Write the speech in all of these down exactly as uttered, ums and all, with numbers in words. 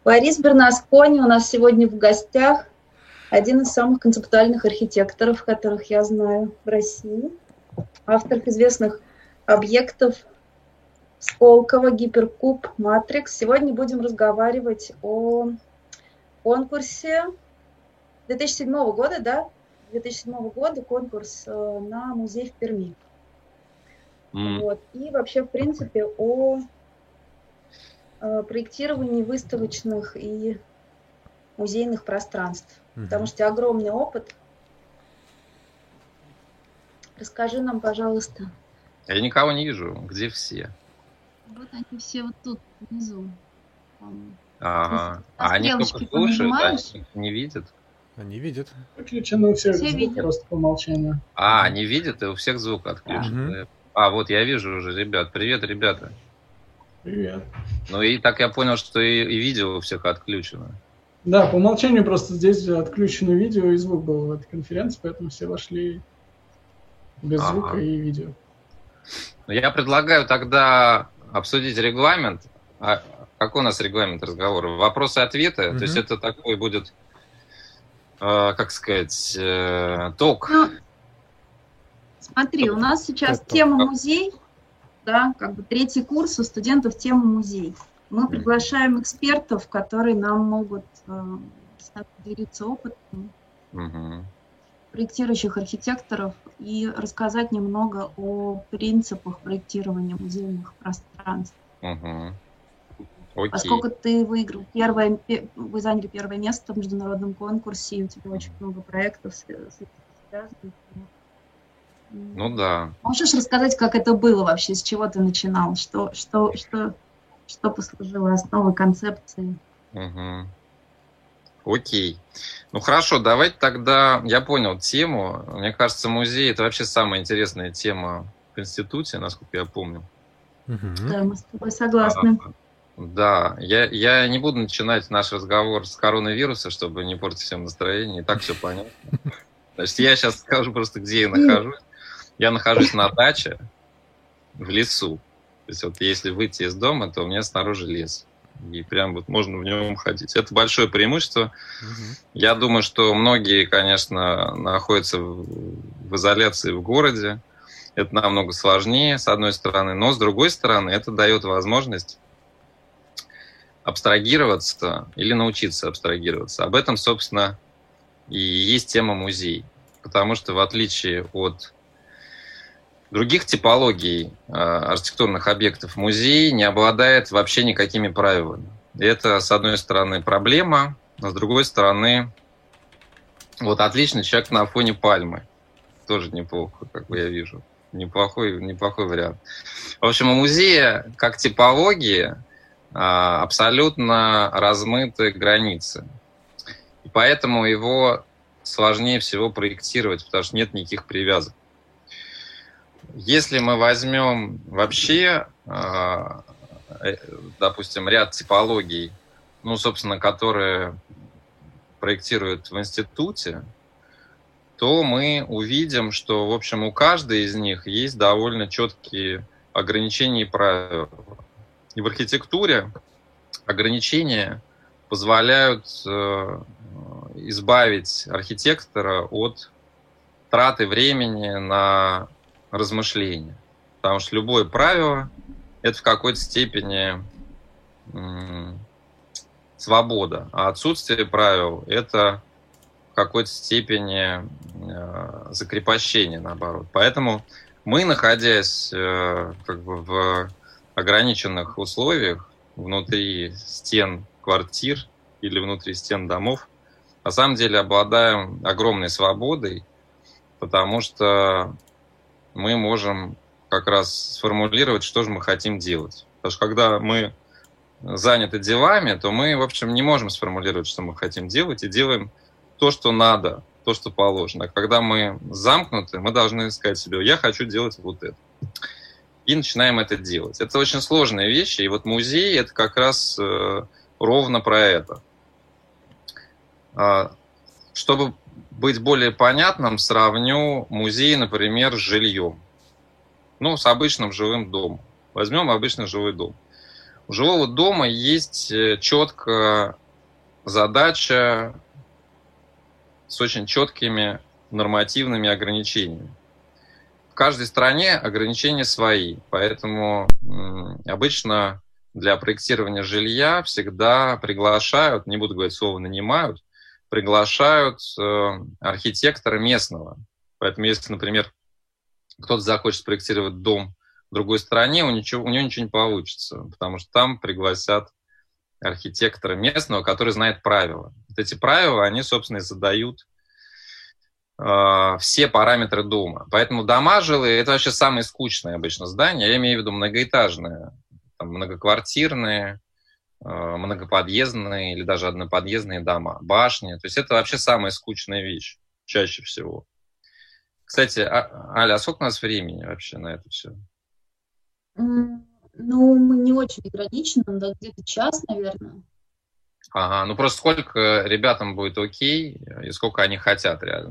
Борис Бернаскони у нас сегодня в гостях. Один из самых концептуальных архитекторов, которых я знаю в России. Автор известных объектов Сколково, Гиперкуб, Матрикс. Сегодня будем разговаривать о конкурсе две тысячи седьмого года, да? две тысячи седьмого года конкурс на музей в Перми. Mm. Вот. И вообще, в принципе, о проектировании выставочных и музейных пространств. Mm-hmm. Потому что у тебя огромный опыт. Расскажи нам, пожалуйста. Я никого не вижу. Где все? Вот они все вот тут, внизу. Ага. А они только слушают, а они не видят? Они видят. Выключены у всех все звук видят. Просто по умолчанию. А, они видят, и у всех звук отключен. Mm-hmm. А, вот я вижу уже, ребят. Привет, ребята. Привет. Ну и так я понял, что и, и видео у всех отключено. Да, по умолчанию просто здесь отключено видео и звук был в этой конференции, поэтому все вошли без ага. звука и видео. Ну, я предлагаю тогда обсудить регламент. А какой у нас регламент разговора? Вопросы-ответы? Mm-hmm. То есть это такой будет, э, как сказать, э, ток. Ну, смотри, у нас сейчас как тема ток? Музей. Да, как бы третий курс у студентов тема музей. Мы приглашаем экспертов, которые нам могут э, поделиться опытом, угу. проектирующих архитекторов и рассказать немного о принципах проектирования музейных пространств. Угу. Поскольку ты выиграл первое, вы заняли первое место в международном конкурсе, и у тебя очень много проектов с этим связанных. Ну да. Можешь рассказать, как это было вообще, с чего ты начинал, что, что, что, что послужило основой концепции? Угу. Окей. Ну хорошо, давайте тогда, я понял тему. Мне кажется, музей — это вообще самая интересная тема в институте, насколько я помню. Угу. Да, мы с тобой согласны. А, да, я, я не буду начинать наш разговор с коронавируса, чтобы не портить всем настроение, и так все понятно. Значит, я сейчас скажу просто, где я нахожусь. Я нахожусь на даче в лесу. То есть вот если выйти из дома, то у меня снаружи лес. И прям вот можно в нем ходить. Это большое преимущество. Угу. Я думаю, что многие, конечно, находятся в изоляции в городе. Это намного сложнее, с одной стороны. Но, с другой стороны, это дает возможность абстрагироваться или научиться абстрагироваться. Об этом, собственно, и есть тема музей. Потому что, в отличие от других типологий э, архитектурных объектов, музей не обладает вообще никакими правилами. И это, с одной стороны, проблема, а с другой стороны, вот отличный человек на фоне пальмы. Тоже неплохо, как бы я вижу. Неплохой, неплохой вариант. В общем, у музея, как типологии, э, абсолютно размыты границы. И поэтому его сложнее всего проектировать, потому что нет никаких привязок. Если мы возьмем вообще, допустим, ряд типологий, ну, собственно, которые проектируют в институте, то мы увидим, что, в общем, у каждой из них есть довольно четкие ограничения и правила. И в архитектуре ограничения позволяют избавить архитектора от траты времени на размышления. Потому что любое правило – это в какой-то степени м- свобода, а отсутствие правил – это в какой-то степени э- закрепощение, наоборот. Поэтому мы, находясь э- как бы в ограниченных условиях внутри стен квартир или внутри стен домов, на самом деле обладаем огромной свободой, потому что мы можем как раз сформулировать, что же мы хотим делать. Потому что когда мы заняты делами, то мы, в общем, не можем сформулировать, что мы хотим делать, и делаем то, что надо, то, что положено. А когда мы замкнуты, мы должны сказать себе: я хочу делать вот это. И начинаем это делать. Это очень сложные вещи, и вот музей – это как раз э, ровно про это. А, чтобы быть более понятным, сравню музей, например, с жильем. Ну, с обычным жилым домом. Возьмем обычный жилой дом. У жилого дома есть четкая задача с очень четкими нормативными ограничениями. В каждой стране ограничения свои, поэтому обычно для проектирования жилья всегда приглашают, не буду говорить слово «нанимают», приглашают архитектора местного. Поэтому если, например, кто-то захочет спроектировать дом в другой стране, у, ничего, у него ничего не получится, потому что там пригласят архитектора местного, который знает правила. Вот эти правила, они, собственно, и задают э, все параметры дома. Поэтому дома жилые – это вообще самые скучные обычно здания, я имею в виду многоэтажные, там, многоквартирные, э, многоподъездные или даже одноподъездные дома, башни. То есть это вообще самая скучная вещь чаще всего. Кстати, а, Аля, а сколько у нас времени вообще на это все? Ну, мы не очень ограничены, да, где-то час, наверное. Ага, ну просто сколько ребятам будет окей, и сколько они хотят реально?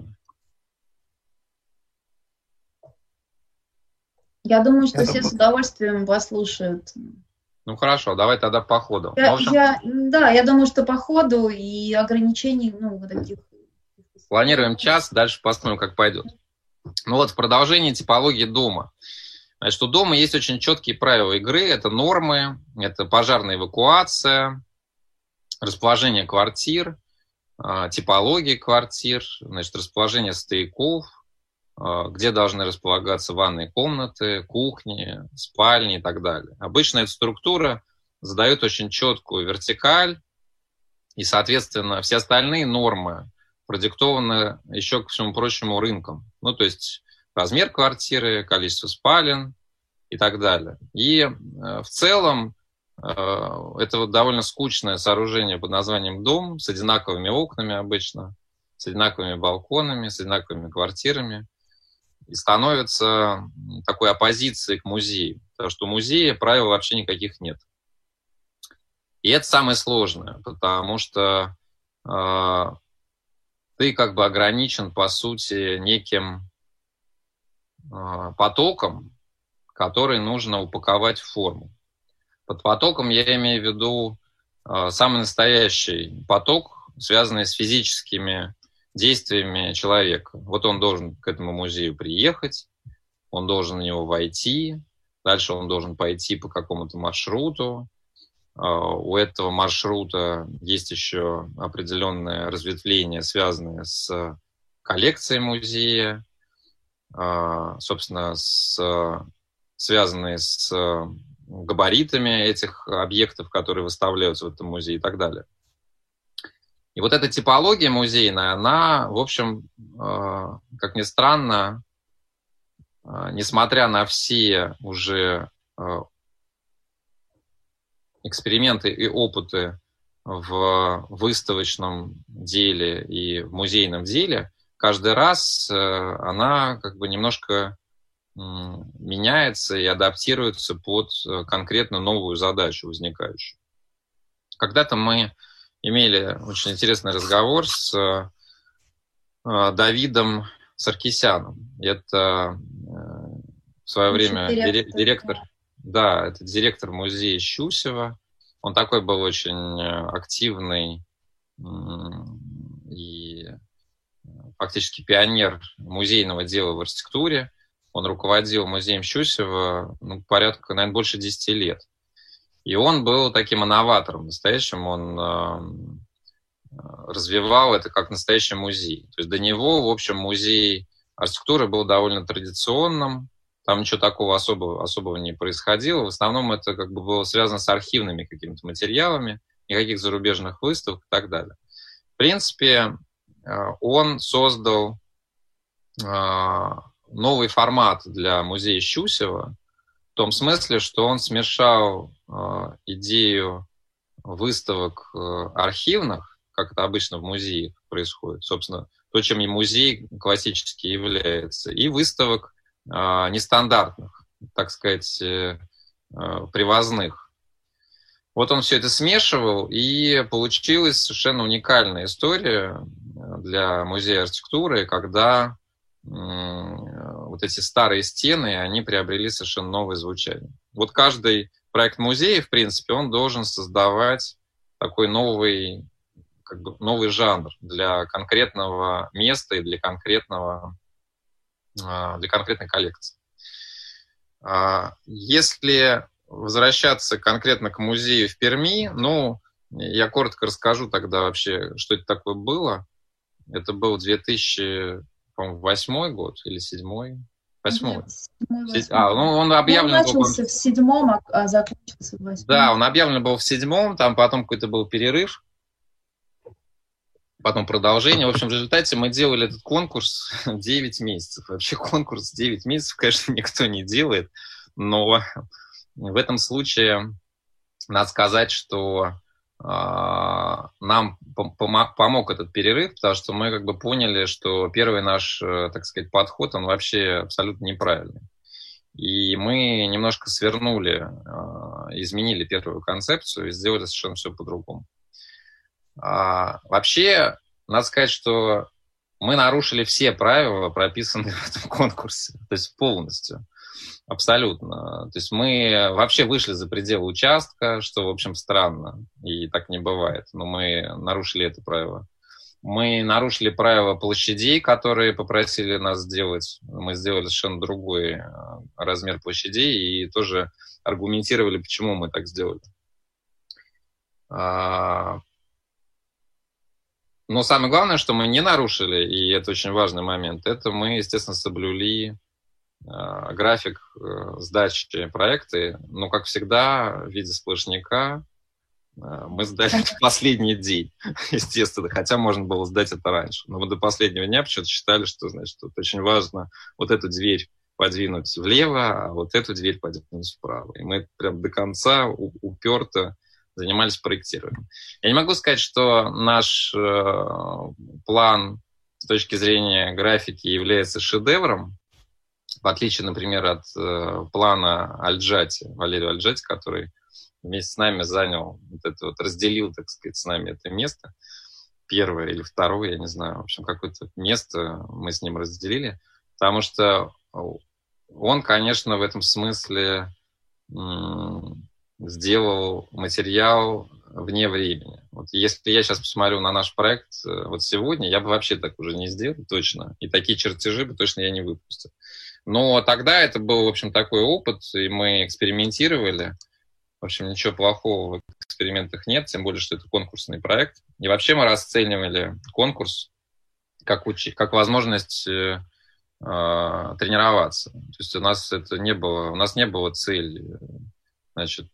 Я думаю, что Это все будет... с удовольствием послушают. Ну хорошо, давай тогда по ходу. Я, Можем? я, да, я думаю, что по ходу и ограничений, ну, вот таких... Планируем час, дальше посмотрим, как пойдет. Ну вот, в продолжении типологии дома. Значит, у дома есть очень четкие правила игры. Это нормы, это пожарная эвакуация, расположение квартир, типология квартир, значит, расположение стояков, где должны располагаться ванные комнаты, кухни, спальни и так далее. Обычно эта структура задает очень четкую вертикаль, и, соответственно, все остальные нормы продиктованы еще, ко всему прочему, рынком. Ну, то есть размер квартиры, количество спален и так далее. И э, в целом э, это вот довольно скучное сооружение под названием дом с одинаковыми окнами обычно, с одинаковыми балконами, с одинаковыми квартирами. И становится такой оппозицией к музею. Потому что у музея правил вообще никаких нет. И это самое сложное, потому что э, ты как бы ограничен, по сути, неким потоком, который нужно упаковать в форму. Под потоком я имею в виду э, самый настоящий поток, связанный с физическими действиями человека. Вот он должен к этому музею приехать, он должен в него войти, дальше он должен пойти по какому-то маршруту. Э, у этого маршрута есть еще определенное разветвление, связанное с коллекцией музея, собственно, с, связанные с габаритами этих объектов, которые выставляются в этом музее и так далее. И вот эта типология музейная, она, в общем, как ни странно, несмотря на все уже эксперименты и опыты в выставочном деле и в музейном деле, каждый раз она как бы немножко меняется и адаптируется под конкретно новую задачу возникающую. Когда-то мы имели очень интересный разговор с Давидом Саркисяном. Это в свое время директор, директор да, это директор музея Щусева. Он такой был очень активный и фактически пионер музейного дела в архитектуре. Он руководил музеем Щусева ну, порядка, наверное, больше десяти лет. И он был таким инноватором настоящим. Он э, развивал это как настоящий музей. То есть до него, в общем, музей архитектуры был довольно традиционным. Там ничего такого особого, особого не происходило. В основном это как бы было связано с архивными какими-то материалами, никаких зарубежных выставок и так далее. В принципе, он создал новый формат для музея Щусева в том смысле, что он смешал идею выставок архивных, как это обычно в музеях происходит, собственно, то, чем и музей классически является, и выставок нестандартных, так сказать, привозных. Вот он все это смешивал, и получилась совершенно уникальная история для музея архитектуры, когда вот эти старые стены, они приобрели совершенно новое звучание. Вот каждый проект музея, в принципе, он должен создавать такой новый, как бы, новый жанр для конкретного места и для конкретного, для конкретной коллекции. Если возвращаться конкретно к музею в Перми, ну, я коротко расскажу тогда вообще, что это такое было. Это был две тысячи восьмой год или седьмой? Восьмой. Нет, а, ну, он объявлен он начался был... в седьмом, а закончился в восьмом. Да, он объявлен был в седьмом, там потом какой-то был перерыв, потом продолжение. В общем, в результате мы делали этот конкурс девять месяцев. Вообще конкурс девять месяцев, конечно, никто не делает, но в этом случае надо сказать, что нам помог этот перерыв, потому что мы как бы поняли, что первый наш, так сказать, подход, он вообще абсолютно неправильный. И мы немножко свернули, изменили первую концепцию и сделали совершенно все по-другому. Вообще, надо сказать, что мы нарушили все правила, прописанные в этом конкурсе, то есть полностью. Абсолютно. То есть мы вообще вышли за пределы участка, что, в общем, странно, и так не бывает, но мы нарушили это правило. Мы нарушили правила площадей, которые попросили нас сделать. Мы сделали совершенно другой размер площадей и тоже аргументировали, почему мы так сделали. Но самое главное, что мы не нарушили, и это очень важный момент, это мы, естественно, соблюли график сдачи проекта, но, как всегда, в виде сплошняка мы сдали в последний день, естественно, хотя можно было сдать это раньше. Но мы до последнего дня почему-то считали, что, значит, это очень важно вот эту дверь подвинуть влево, а вот эту дверь подвинуть вправо. И мы прям до конца уперто занимались проектированием. Я не могу сказать, что наш э, план с точки зрения графики является шедевром, в отличие, например, от э, плана Альджати, Валерия Альджати, который вместе с нами занял, вот это вот, разделил, так сказать, с нами это место, первое или второе, я не знаю, в общем, какое-то место мы с ним разделили, потому что он, конечно, в этом смысле м- сделал материал вне времени. Вот если я сейчас посмотрю на наш проект вот сегодня, я бы вообще так уже не сделал, точно, и такие чертежи бы точно я не выпустил. Но тогда это был, в общем, такой опыт, и мы экспериментировали. В общем, ничего плохого в экспериментах нет, тем более, что это конкурсный проект. И вообще мы расценивали конкурс как, уч... как возможность э, тренироваться. То есть у нас это не было, у нас не было цели, значит...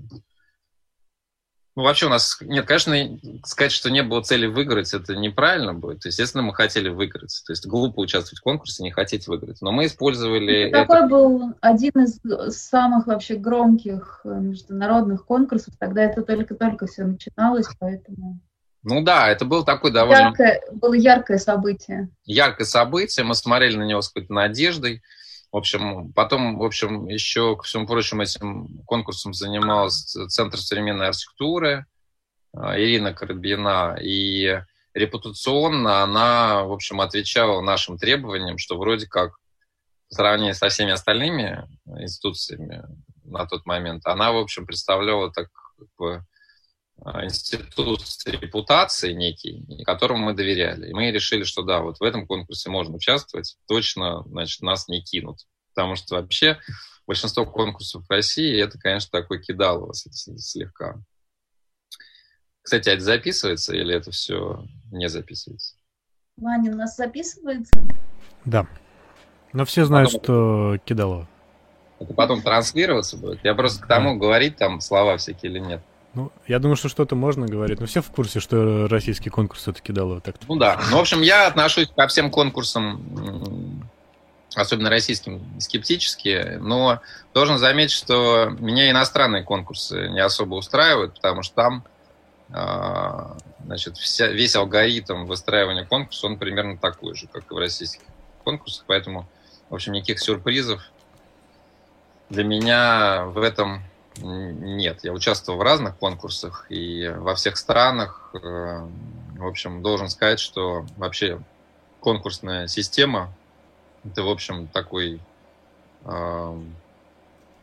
Ну, вообще у нас... Нет, конечно, сказать, что не было цели выиграть, это неправильно будет. Естественно, мы хотели выиграть. То есть глупо участвовать в конкурсе, не хотеть выиграть. Но мы использовали... Это такой был один из самых вообще громких международных конкурсов. Тогда это только-только все начиналось, поэтому... Ну да, это был такой довольно... Яркое, было яркое событие. Яркое событие. Мы смотрели на него с какой-то надеждой. В общем, потом, в общем, еще, ко всему прочему, этим конкурсом занималась Центр современной архитектуры Ирина Коробьина, и репутационно она, в общем, отвечала нашим требованиям, что вроде как в сравнении со всеми остальными институциями на тот момент, она, в общем, представляла так как бы институт репутации некий, которому мы доверяли. И мы решили, что да, вот в этом конкурсе можно участвовать, точно, значит, нас не кинут. Потому что вообще большинство конкурсов в России, это, конечно, такое кидалово слегка. Кстати, а это записывается или это все не записывается? Ваня, у нас записывается? Да. Но все знают, потом, что кидалово. Это потом транслироваться будет? Я просто к тому, да. Говорить там слова всякие или нет. Ну, я думаю, что что-то можно говорить, но все в курсе, что российский конкурс это кидалово. Так-то. Ну да. Ну, в общем, я отношусь ко всем конкурсам, особенно российским, скептически, но должен заметить, что меня иностранные конкурсы не особо устраивают, потому что там значит, вся, весь алгоритм выстраивания конкурса, он примерно такой же, как и в российских конкурсах, поэтому, в общем, никаких сюрпризов для меня в этом нет. Я участвовал в разных конкурсах и во всех странах. В общем, должен сказать, что вообще конкурсная система это, в общем, такой э,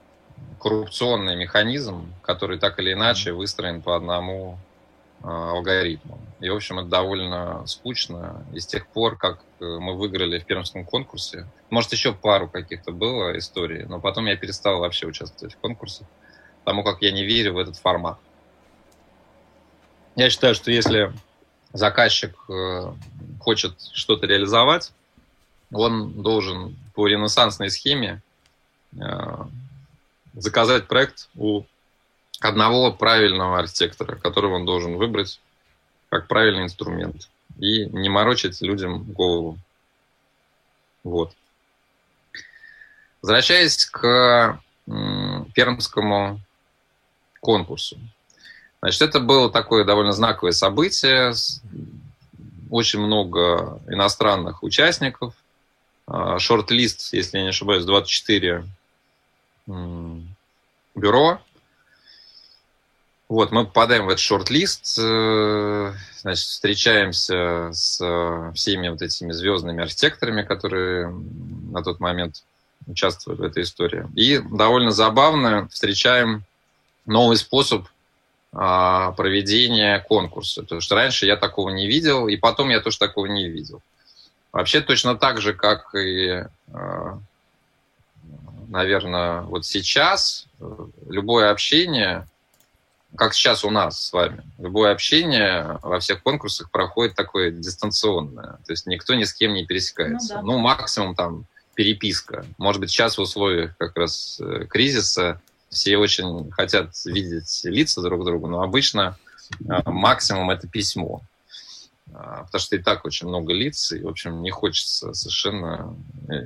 коррупционный механизм, который так или иначе выстроен по одному э, алгоритму. И, в общем, это довольно скучно. И с тех пор, как мы выиграли в пермском конкурсе, может, еще пару каких-то было историй, но потом я перестал вообще участвовать в конкурсах, потому как я не верю в этот формат. Я считаю, что если заказчик э, хочет что-то реализовать, он должен по ренессансной схеме э, заказать проект у одного правильного архитектора, которого он должен выбрать как правильный инструмент и не морочить людям голову. Вот. Возвращаясь к м, пермскому конкурсу. Значит, это было такое довольно знаковое событие. Очень много иностранных участников. Шорт-лист, если я не ошибаюсь, двадцать четыре бюро. Вот, мы попадаем в этот шорт-лист, значит, встречаемся с всеми вот этими звездными архитекторами, которые на тот момент участвовали в этой истории. И довольно забавно встречаем новый способ проведения конкурса. Потому что раньше я такого не видел, и потом я тоже такого не видел. Вообще точно так же, как и, наверное, вот сейчас, любое общение, как сейчас у нас с вами, любое общение во всех конкурсах проходит такое дистанционное. То есть никто ни с кем не пересекается. Ну, да. Ну максимум там переписка. Может быть, сейчас в условиях как раз кризиса все очень хотят видеть лица друг друга, но обычно максимум это письмо. Потому что и так очень много лиц, и, в общем, не хочется совершенно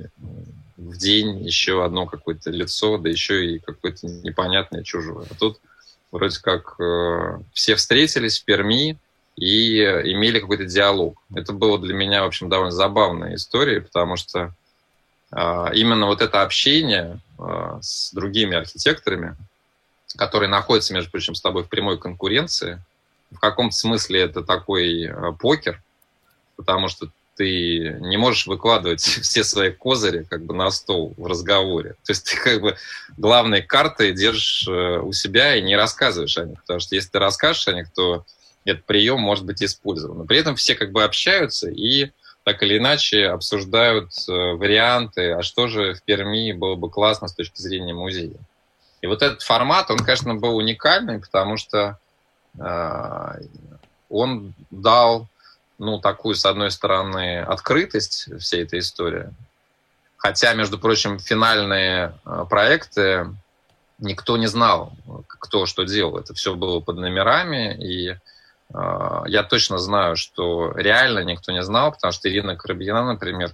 в день еще одно какое-то лицо, да еще и какое-то непонятное чужое. А тут вроде как все встретились в Перми и имели какой-то диалог. Это было для меня, в общем, довольно забавная история, потому что именно вот это общение с другими архитекторами, которые находятся, между прочим, с тобой в прямой конкуренции, в каком-то смысле это такой покер, потому что ты не можешь выкладывать все свои козыри как бы на стол в разговоре. То есть ты как бы главные карты держишь у себя и не рассказываешь о них, потому что если ты расскажешь о них, то этот прием может быть использован. Но при этом все как бы общаются и так или иначе обсуждают варианты, а что же в Перми было бы классно с точки зрения музея. И вот этот формат, он, конечно, был уникальный, потому что э, он дал, ну, такую, с одной стороны, открытость всей этой истории. Хотя, между прочим, финальные э, проекты никто не знал, кто что делал. Это все было под номерами, и я точно знаю, что реально никто не знал, потому что Ирина Коробьина, например,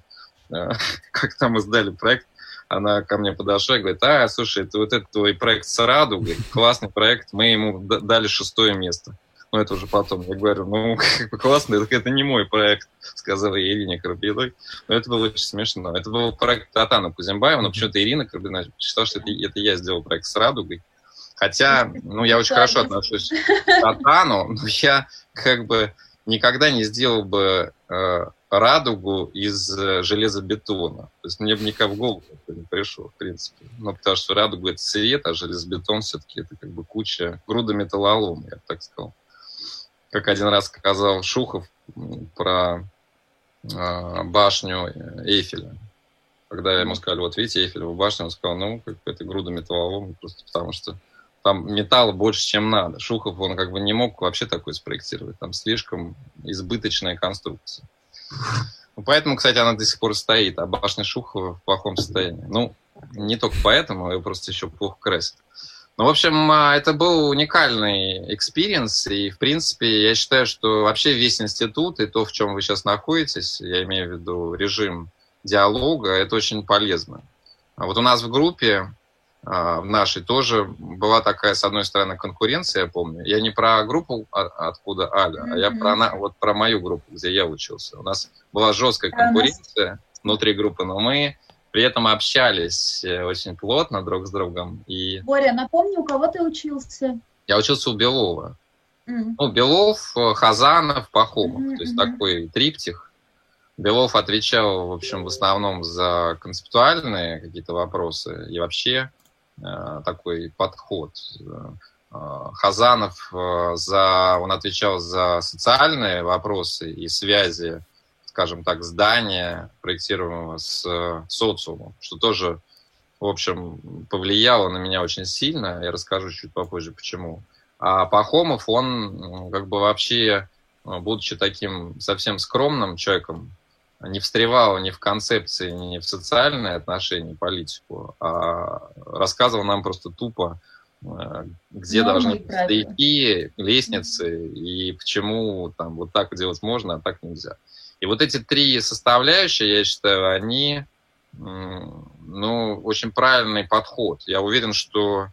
когда мы сдали проект, она ко мне подошла и говорит: а, слушай, это вот этот твой проект с Радугой, классный проект, мы ему дали шестое место. Ну, это уже потом. Я говорю, ну, как бы классно, это, это не мой проект, сказала Ирине Коробьиной. Но это было очень смешно. Это был проект Татана Кузембаева, но почему-то Ирина Коробьина считала, что это, это я сделал проект с Радугой. Хотя, ну, я очень хорошо отношусь к Татану, но я как бы никогда не сделал бы э, радугу из железобетона. То есть мне бы никак в голову не пришло, в принципе. Ну, потому что радуга — это цвет, а железобетон все-таки это как бы куча, груда металлолома, я бы так сказал. Как один раз сказал Шухов про э, башню Эйфеля. Когда ему сказали, вот видите, Эйфелева башня, он сказал, ну, как бы это груда металлолома, просто потому что там металла больше, чем надо. Шухов, он как бы не мог вообще такое спроектировать. Там слишком избыточная конструкция. Ну, поэтому, кстати, она до сих пор стоит, а башня Шухова в плохом состоянии. Ну, не только поэтому, ее просто еще плохо красят. Ну, в общем, это был уникальный экспириенс, и, в принципе, я считаю, что вообще весь институт и то, в чем вы сейчас находитесь, я имею в виду режим диалога, это очень полезно. А вот у нас в группе, в нашей, тоже была такая, с одной стороны, конкуренция, я помню. Я не про группу, откуда Аля, mm-hmm. а я про, вот, про мою группу, где я учился. У нас была жесткая конкуренция нас... внутри группы, но мы при этом общались очень плотно друг с другом. И... Боря, напомни, у кого ты учился? Я учился у Белова. Mm-hmm. Ну, Белов, Хазанов, Пахомов. Mm-hmm. То есть такой триптих. Белов отвечал, в общем, в основном за концептуальные какие-то вопросы и вообще такой подход. Хазанов, за, он отвечал за социальные вопросы и связи, скажем так, здания, проектируемого с социумом, что тоже, в общем, повлияло на меня очень сильно. Я расскажу чуть попозже, почему. А Пахомов, он как бы вообще, будучи таким совсем скромным человеком, не встревал ни в концепции, ни в социальные отношения, политику, а рассказывал нам просто тупо, где Нормы должны и быть правила. стояки, лестницы, и почему там вот так делать можно, а так нельзя. И вот эти три составляющие, я считаю, они, ну, очень правильный подход. Я уверен, что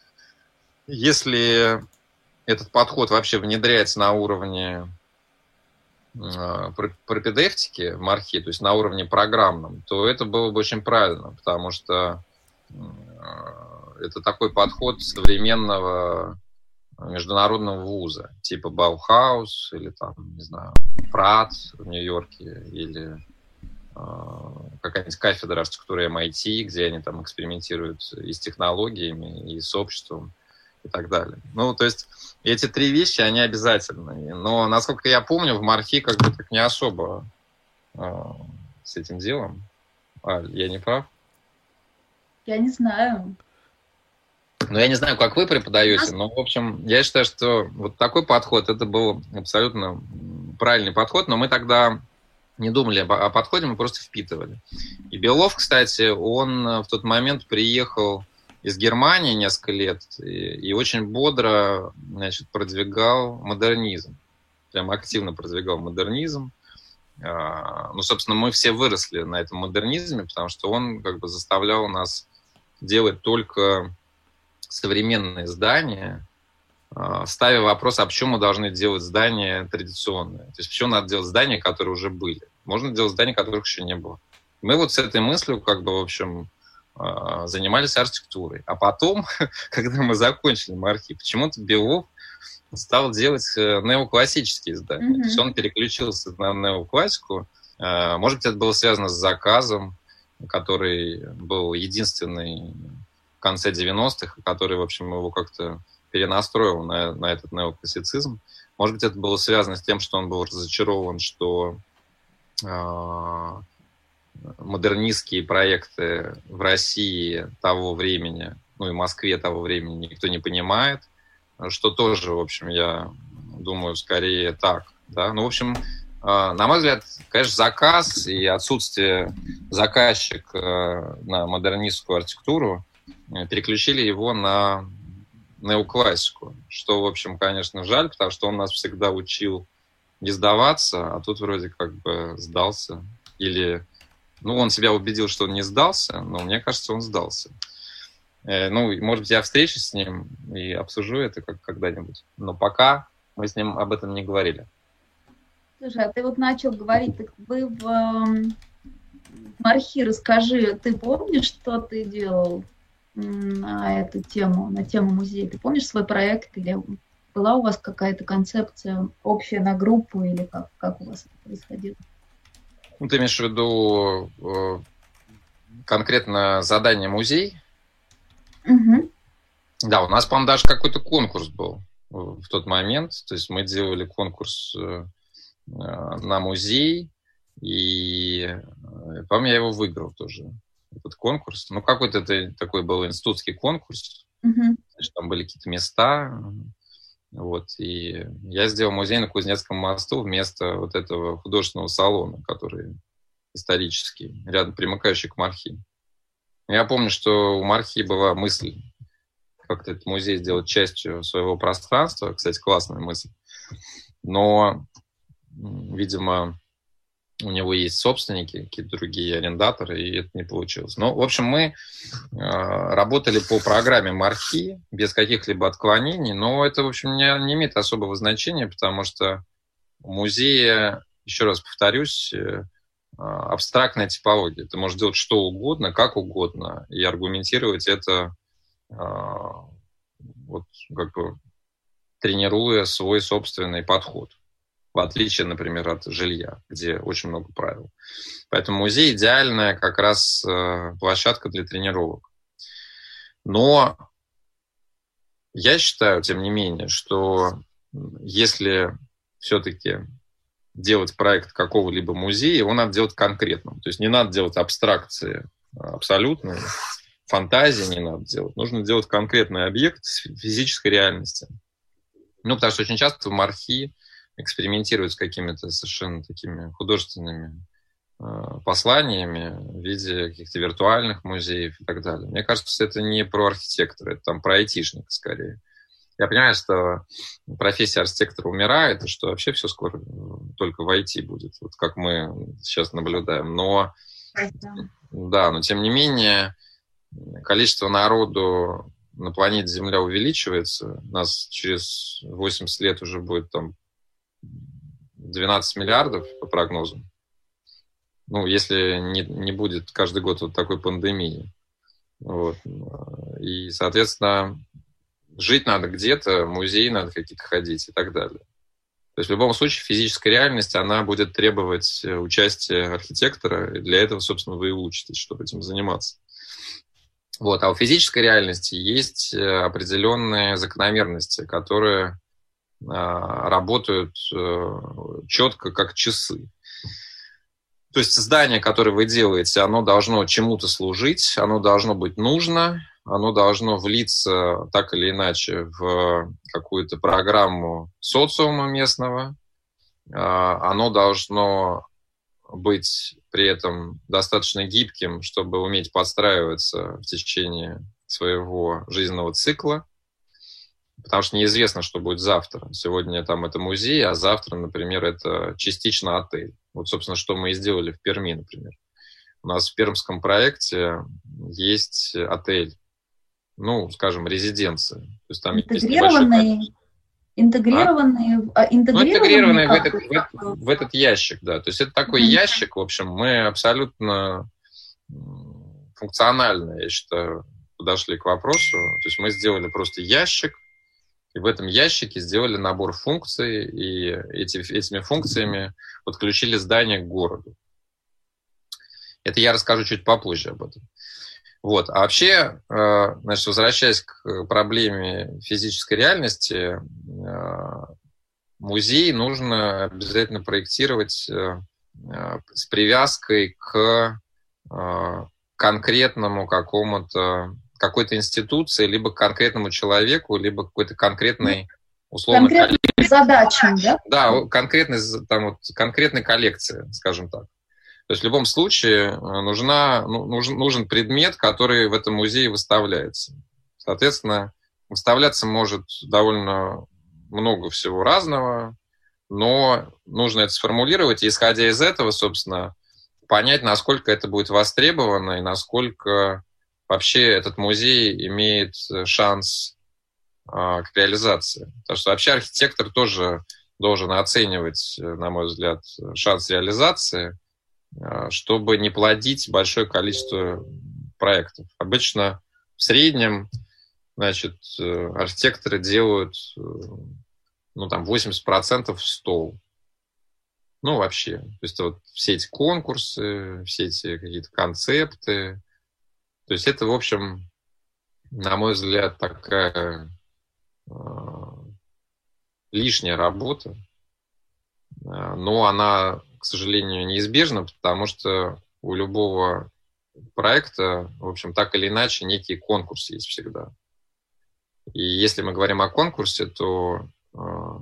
если этот подход вообще внедряется на уровне пропедевтики в МАРХИ, то есть на уровне программном, то это было бы очень правильно, потому что это такой подход современного международного вуза, типа Баухаус или там, не знаю, Прат в Нью-Йорке, или э, какая-нибудь кафедра архитектуры эм ай ти, где они там экспериментируют и с технологиями, и с обществом, и так далее. Ну, то есть эти три вещи, они обязательны. Но, насколько я помню, в МАРХИ как бы так не особо э, с этим делом. Аль, я не прав? Я не знаю. Ну, я не знаю, как вы преподаете, но, в общем, я считаю, что вот такой подход, это был абсолютно правильный подход, но мы тогда не думали о подходе, мы просто впитывали. И Белов, кстати, он в тот момент приехал из Германии несколько лет и, и очень бодро, значит, продвигал модернизм. Прям активно продвигал модернизм. Ну, собственно, мы все выросли на этом модернизме, потому что он как бы заставлял нас делать только современные здания, ставя вопрос, а почему мы должны делать здания традиционные? То есть почему надо делать здания, которые уже были? Можно делать здания, которых еще не было. Мы вот с этой мыслью, как бы, в общем, занимались архитектурой. А потом, когда мы закончили МАРХИ, почему-то Белов стал делать неоклассические здания. Mm-hmm. То есть он переключился на неоклассику. Может быть, это было связано с заказом, который был единственный в конце девяностых, который, в общем, его как-то перенастроил на, на этот неоклассицизм. Может быть, это было связано с тем, что он был разочарован, что э, модернистские проекты в России того времени, ну и Москве того времени никто не понимает, что тоже, в общем, я думаю, скорее так. Да? Ну, в общем, на мой взгляд, конечно, заказ и отсутствие заказчика на модернистскую архитектуру переключили его на неоклассику, что, в общем, конечно, жаль, потому что он нас всегда учил не сдаваться, а тут вроде как бы сдался. Или, ну, он себя убедил, что он не сдался, но мне кажется, он сдался. Ну, может быть, я встречусь с ним и обсужу это как когда-нибудь, но пока мы с ним об этом не говорили. Слушай, а ты вот начал говорить, так вы в, в МАРХИ, расскажи, ты помнишь, что ты делал на эту тему, на тему музея? Ты помнишь свой проект или была у вас какая-то концепция общая на группу или как, как у вас это происходило? Ну, ты имеешь в виду э, конкретно задание музей? Угу. Да, у нас, по-моему, даже какой-то конкурс был в тот момент. То есть мы делали конкурс э, на музей, и, по-моему, я его выиграл тоже, этот конкурс. Ну, какой-то это такой был институтский конкурс. Угу. Значит, там были какие-то места. Вот, и я сделал музей на Кузнецком мосту вместо вот этого художественного салона, который исторический, рядом примыкающий к МАРХИ. Я помню, что у МАРХИ была мысль как-то этот музей сделать частью своего пространства. Кстати, классная мысль. Но, видимо, у него есть собственники, какие-то другие арендаторы, и это не получилось. Но, в общем, мы э, работали по программе МАРХИ без каких-либо отклонений, но это, в общем, не, не имеет особого значения, потому что у музея, еще раз повторюсь, э, абстрактная типология. Ты можешь делать что угодно, как угодно, и аргументировать это, э, вот, как бы, тренируя свой собственный подход. В отличие, например, от жилья, где очень много правил. Поэтому музей идеальная как раз площадка для тренировок. Но я считаю, тем не менее, что если все-таки делать проект какого-либо музея, его надо делать конкретным. То есть не надо делать абстракции абсолютные, фантазии не надо делать. Нужно делать конкретный объект физической реальности. Ну, потому что очень часто в МАРХИ экспериментируют с какими-то совершенно такими художественными э, посланиями в виде каких-то виртуальных музеев и так далее. Мне кажется, это не про архитектора, это там про айтишника скорее. Я понимаю, что профессия архитектора умирает, и что вообще все скоро только в ай ти будет, вот как мы сейчас наблюдаем. Но, да, но тем не менее, количество народу на планете Земля увеличивается. У нас через восемьдесят лет уже будет там двенадцать миллиардов по прогнозам. Ну, если не, не будет каждый год вот такой пандемии. Вот. И, соответственно, жить надо где-то, в музей надо какие-то ходить и так далее. То есть в любом случае физическая реальность, она будет требовать участия архитектора, и для этого, собственно, вы и учитесь, чтобы этим заниматься. Вот. А у физической реальности есть определенные закономерности, которые а, работают а, четко, как часы. То есть здание, которое вы делаете, оно должно чему-то служить, оно должно быть нужно, оно должно влиться так или иначе в какую-то программу социума местного, оно должно быть при этом достаточно гибким, чтобы уметь подстраиваться в течение своего жизненного цикла, потому что неизвестно, что будет завтра. Сегодня там это музей, а завтра, например, это частично отель. Вот, собственно, что мы и сделали в Перми, например. У нас в пермском проекте есть отель, ну, скажем, резиденция. То есть там интегрированные, есть интегрированные, а? интегрированные, ну, интегрированные в, этот, в, этот, в этот ящик, да. То есть это такой mm-hmm. ящик, в общем, мы абсолютно функционально, я считаю, подошли к вопросу. То есть мы сделали просто ящик, и в этом ящике сделали набор функций, и эти, этими функциями подключили здание к городу. Это я расскажу чуть попозже об этом. Вот. А вообще, значит, возвращаясь к проблеме физической реальности, музей нужно обязательно проектировать с привязкой к конкретному какому-то, какой-то институции, либо к конкретному человеку, либо какой-то конкретной, условно, конкретной задачам, да? Да, конкретной, там, вот, конкретной коллекции, скажем так. То есть в любом случае нужна, ну, нужен, нужен предмет, который в этом музее выставляется. Соответственно, выставляться может довольно много всего разного, но нужно это сформулировать, и, исходя из этого, собственно, понять, насколько это будет востребовано и насколько вообще этот музей имеет шанс а, к реализации. Потому что вообще архитектор тоже должен оценивать, на мой взгляд, шанс реализации, чтобы не плодить большое количество проектов. Обычно в среднем, значит, архитекторы делают, ну, там, восемьдесят процентов в стол. Ну, вообще. То есть вот все эти конкурсы, все эти какие-то концепты. То есть это, в общем, на мой взгляд, такая э, лишняя работа. Но она, к сожалению, неизбежна, потому что у любого проекта, в общем, так или иначе, некий конкурс есть всегда. И если мы говорим о конкурсе, то э,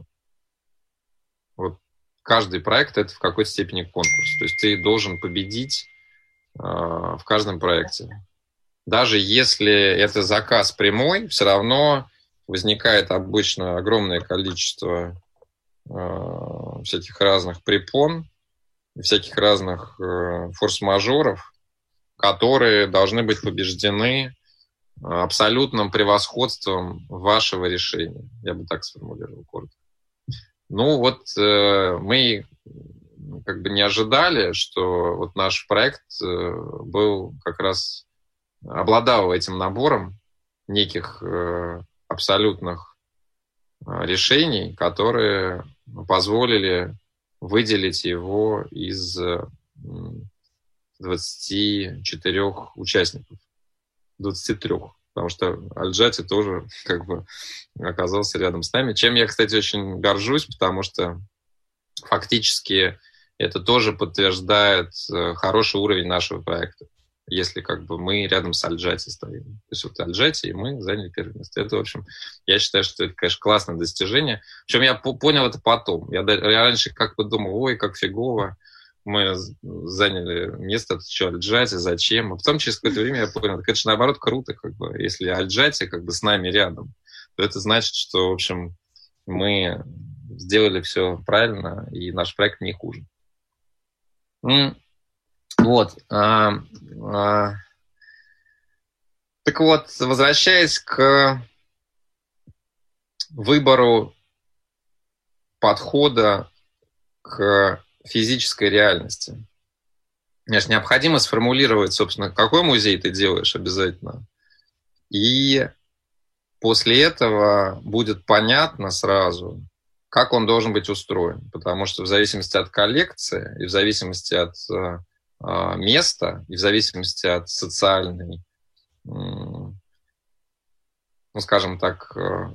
вот каждый проект — это в какой-то степени конкурс. То есть ты должен победить э, в каждом проекте. Даже если это заказ прямой, все равно возникает обычно огромное количество э, всяких разных препон, всяких разных э, форс-мажоров, которые должны быть побеждены абсолютным превосходством вашего решения. Я бы так сформулировал коротко. Ну вот э, мы как бы не ожидали, что вот наш проект э, был как раз обладал этим набором неких э, абсолютных э, решений, которые позволили выделить его из э, двадцати четырёх участников. двадцати трёх. потому что Аль-Джати тоже как бы оказался рядом с нами, чем я, кстати, очень горжусь, потому что фактически это тоже подтверждает хороший уровень нашего проекта, если как бы мы рядом с Аль-Джати стоим. То есть вот Аль-Джати и мы заняли первое место. Это, в общем, я считаю, что это, конечно, классное достижение. Причем я понял это потом. Я, я раньше как бы думал, ой, как фигово, мы заняли место, это что, Аль-Джати, зачем? А потом через какое-то время я понял, это же наоборот круто, как бы, если Аль-Джати как бы с нами рядом, то это значит, что, в общем, мы сделали все правильно, и наш проект не хуже. Вот. А, а, так вот, возвращаясь к выбору подхода к физической реальности. Конечно, необходимо сформулировать, собственно, какой музей ты делаешь обязательно. И после этого будет понятно сразу, как он должен быть устроен. Потому что в зависимости от коллекции, и в зависимости от э, места, и в зависимости от социальной, э, ну, скажем так, э,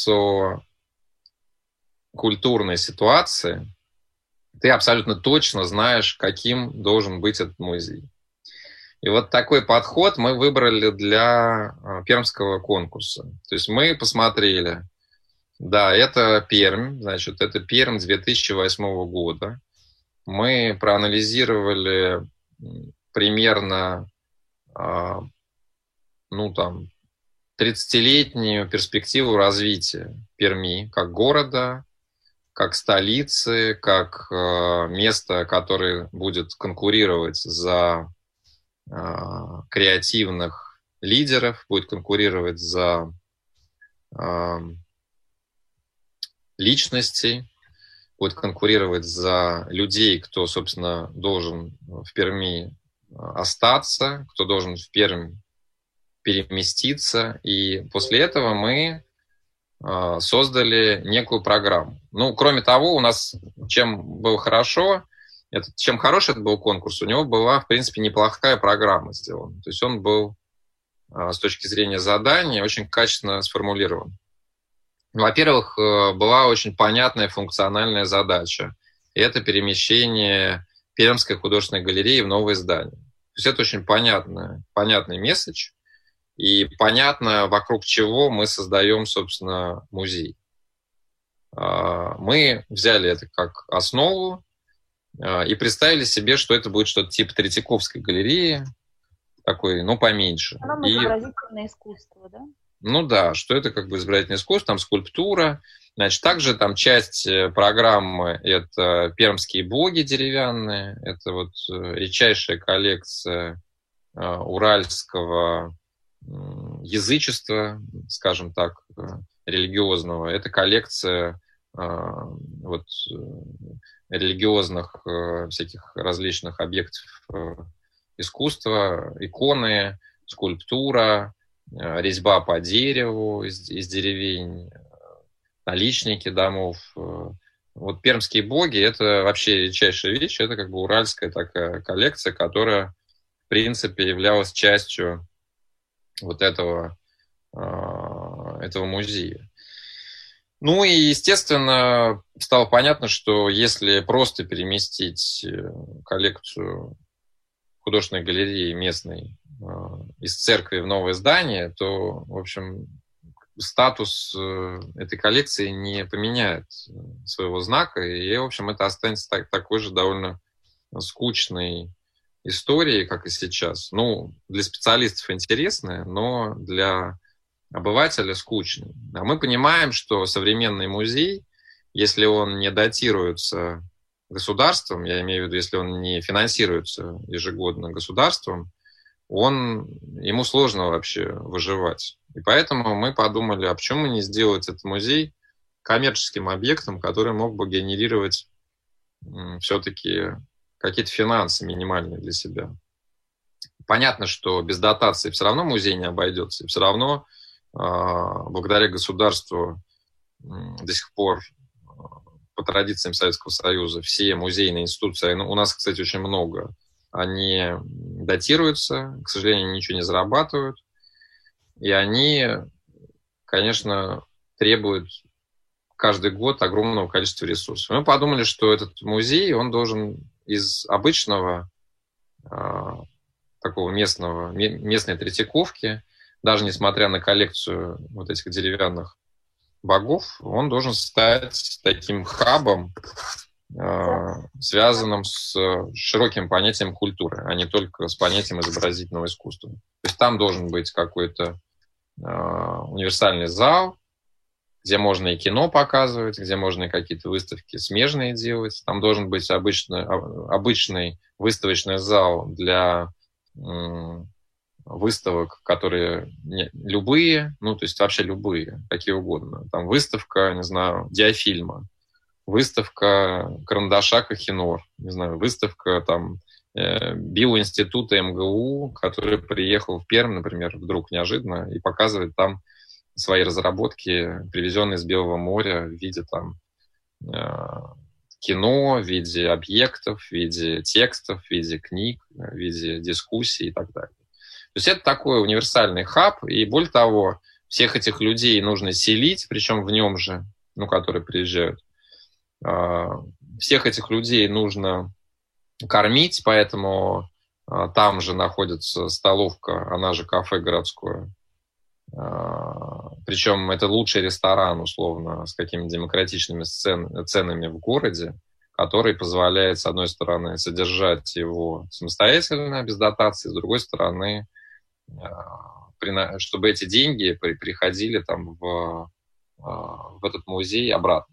социокультурной ситуации, ты абсолютно точно знаешь, каким должен быть этот музей. И вот такой подход мы выбрали для пермского конкурса. То есть мы посмотрели, да, это Пермь, значит, это Пермь две тысячи восьмого года. Мы проанализировали примерно, ну, там, тридцатилетнюю перспективу развития Перми как города, как столицы, как э, место, которое будет конкурировать за э, креативных лидеров, будет конкурировать за э, личностей, будет конкурировать за людей, кто, собственно, должен в Перми остаться, кто должен в Пермь переместиться. И после этого мы создали некую программу. Ну, кроме того, у нас чем было хорошо, это, чем хороший это был конкурс, у него была, в принципе, неплохая программа сделана. То есть он был с точки зрения задания очень качественно сформулирован. Во-первых, была очень понятная функциональная задача. И это перемещение Пермской художественной галереи в новое здание. То есть это очень понятный, понятный месседж. И понятно, вокруг чего мы создаем, собственно, музей. Мы взяли это как основу и представили себе, что это будет что-то типа Третьяковской галереи, такой, ну, поменьше. Нам и, изобразительное искусство, да? Ну да, что это как бы изобразительное искусство, там скульптура. Значит, также там часть программы — это пермские боги деревянные, это вот редчайшая коллекция уральского язычества, скажем так, религиозного. Это коллекция вот, религиозных всяких различных объектов искусства, иконы, скульптура, резьба по дереву из, из деревень, наличники домов. Вот пермские боги — это вообще редчайшая вещь, это как бы уральская такая коллекция, которая, в принципе, являлась частью вот этого, этого музея. Ну и, естественно, стало понятно, что если просто переместить коллекцию художественной галереи местной из церкви в новое здание, то, в общем, статус этой коллекции не поменяет своего знака, и, в общем, это останется так, такой же довольно скучной историей, как и сейчас. Ну, для специалистов интересная, но для обывателя скучной. А мы понимаем, что современный музей, если он не датируется государством, я имею в виду, если он не финансируется ежегодно государством, он, ему сложно вообще выживать. И поэтому мы подумали, а почему не сделать этот музей коммерческим объектом, который мог бы генерировать все-таки какие-то финансы минимальные для себя. Понятно, что без дотации все равно музей не обойдется, и все равно благодаря государству до сих пор по традициям Советского Союза все музейные институции, ну, у нас, кстати, очень много, они датируются, к сожалению, ничего не зарабатывают. и они, конечно, требуют каждый год огромного количества ресурсов. Мы подумали, что этот музей, он должен из обычного такого местного, местной Третьяковки, даже несмотря на коллекцию вот этих деревянных богов, он должен стать таким хабом, связанным с широким понятием культуры, а не только с понятием изобразительного искусства. То есть там должен быть какой-то универсальный зал, где можно и кино показывать, где можно и какие-то выставки смежные делать. Там должен быть обычный, обычный выставочный зал для выставок, которые не, любые, ну, то есть вообще любые, какие угодно. Там выставка, не знаю, диафильма, выставка карандаша Кохинор, не знаю, выставка там э, биоинститута эм гэ у, который приехал в Пермь, например, вдруг неожиданно, и показывает там свои разработки, привезенные из Белого моря в виде там э, кино, в виде объектов, в виде текстов, в виде книг, в виде дискуссий и так далее. То есть это такой универсальный хаб, и более того, всех этих людей нужно селить, причем в нем же, ну, которые приезжают. Всех этих людей нужно кормить, поэтому там же находится столовка, она же кафе городское. Причем это лучший ресторан, условно, с какими-то демократичными цен, ценами в городе, который позволяет, с одной стороны, содержать его самостоятельно, без дотации, с другой стороны, чтобы эти деньги приходили там в, в этот музей обратно.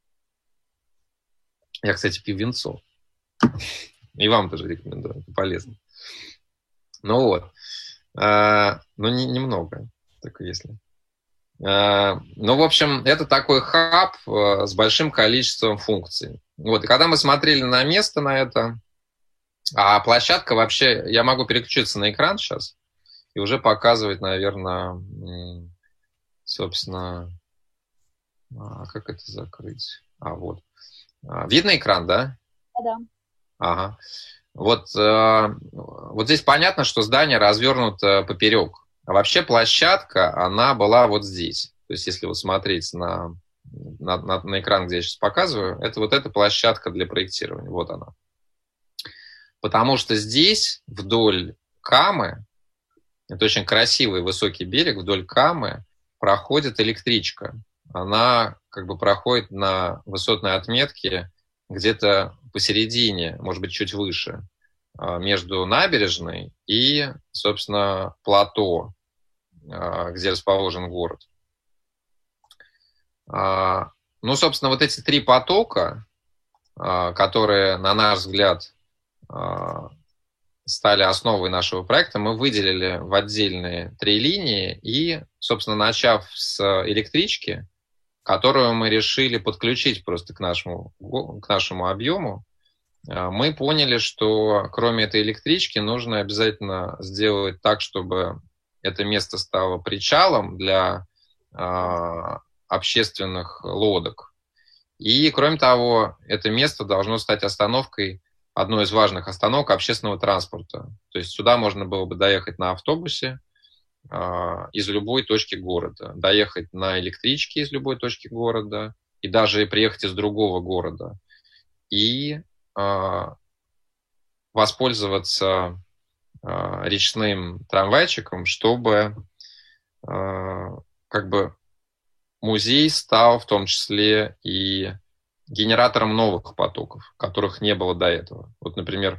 Я, кстати, пью винцо. И вам тоже рекомендую, это полезно. Ну вот. А, ну, не, немного, только если. А, ну, в общем, это такой хаб а, с большим количеством функций. Вот. И когда мы смотрели на место, на это, а площадка вообще... Я могу переключиться на экран сейчас и уже показывать, наверное, собственно... А, как это закрыть? А, вот. Видно экран, да? Да. Ага. Вот, э, вот здесь понятно, что здание развернуто поперек. А вообще площадка, она была вот здесь. То есть если вот смотреть на, на, на, на экран, где я сейчас показываю, это вот эта площадка для проектирования. Вот она. Потому что здесь вдоль Камы, это очень красивый высокий берег, вдоль Камы проходит электричка. Она как бы проходит на высотной отметке где-то посередине, может быть, чуть выше, между набережной и, собственно, плато, где расположен город. Ну, собственно, вот эти три потока, которые, на наш взгляд, стали основой нашего проекта, мы выделили в отдельные три линии и, собственно, начав с электрички, которую мы решили подключить просто к нашему, к нашему объему, мы поняли, что кроме этой электрички нужно обязательно сделать так, чтобы это место стало причалом для э, общественных лодок. И, кроме того, это место должно стать остановкой, одной из важных остановок общественного транспорта. То есть сюда можно было бы доехать на автобусе из любой точки города, доехать на электричке из любой точки города и даже приехать из другого города и э, воспользоваться э, речным трамвайчиком, чтобы э, как бы музей стал в том числе и генератором новых потоков, которых не было до этого. Вот, например,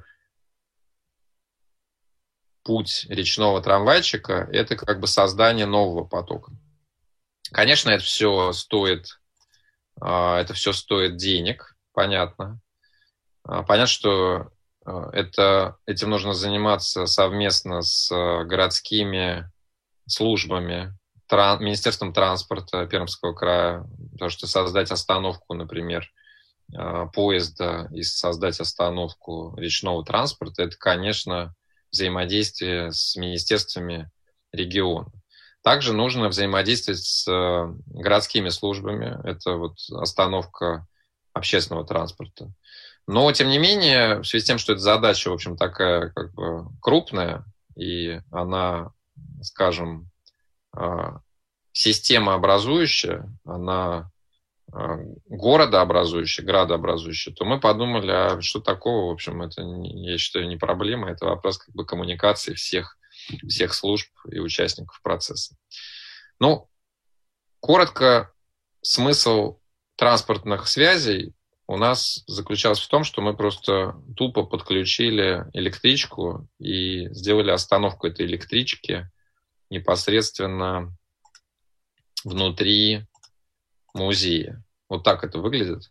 путь речного трамвайчика – это как бы создание нового потока. Конечно, это все стоит, это все стоит денег, понятно. Понятно, что это, этим нужно заниматься совместно с городскими службами, тран, Министерством транспорта Пермского края, потому что создать остановку, например, поезда и создать остановку речного транспорта – это, конечно, взаимодействие с министерствами региона. Также нужно взаимодействовать с городскими службами. Это вот остановка общественного транспорта. Но, тем не менее, в связи с тем, что эта задача, в общем, такая как бы крупная, и она, скажем, системообразующая, она городообразующая, градообразующая, то мы подумали, а что такого, в общем, это, я считаю, не проблема, это вопрос как бы коммуникации всех, всех служб и участников процесса. Ну, коротко, смысл транспортных связей у нас заключался в том, что мы просто тупо подключили электричку и сделали остановку этой электрички непосредственно внутри музея. Вот так это выглядит.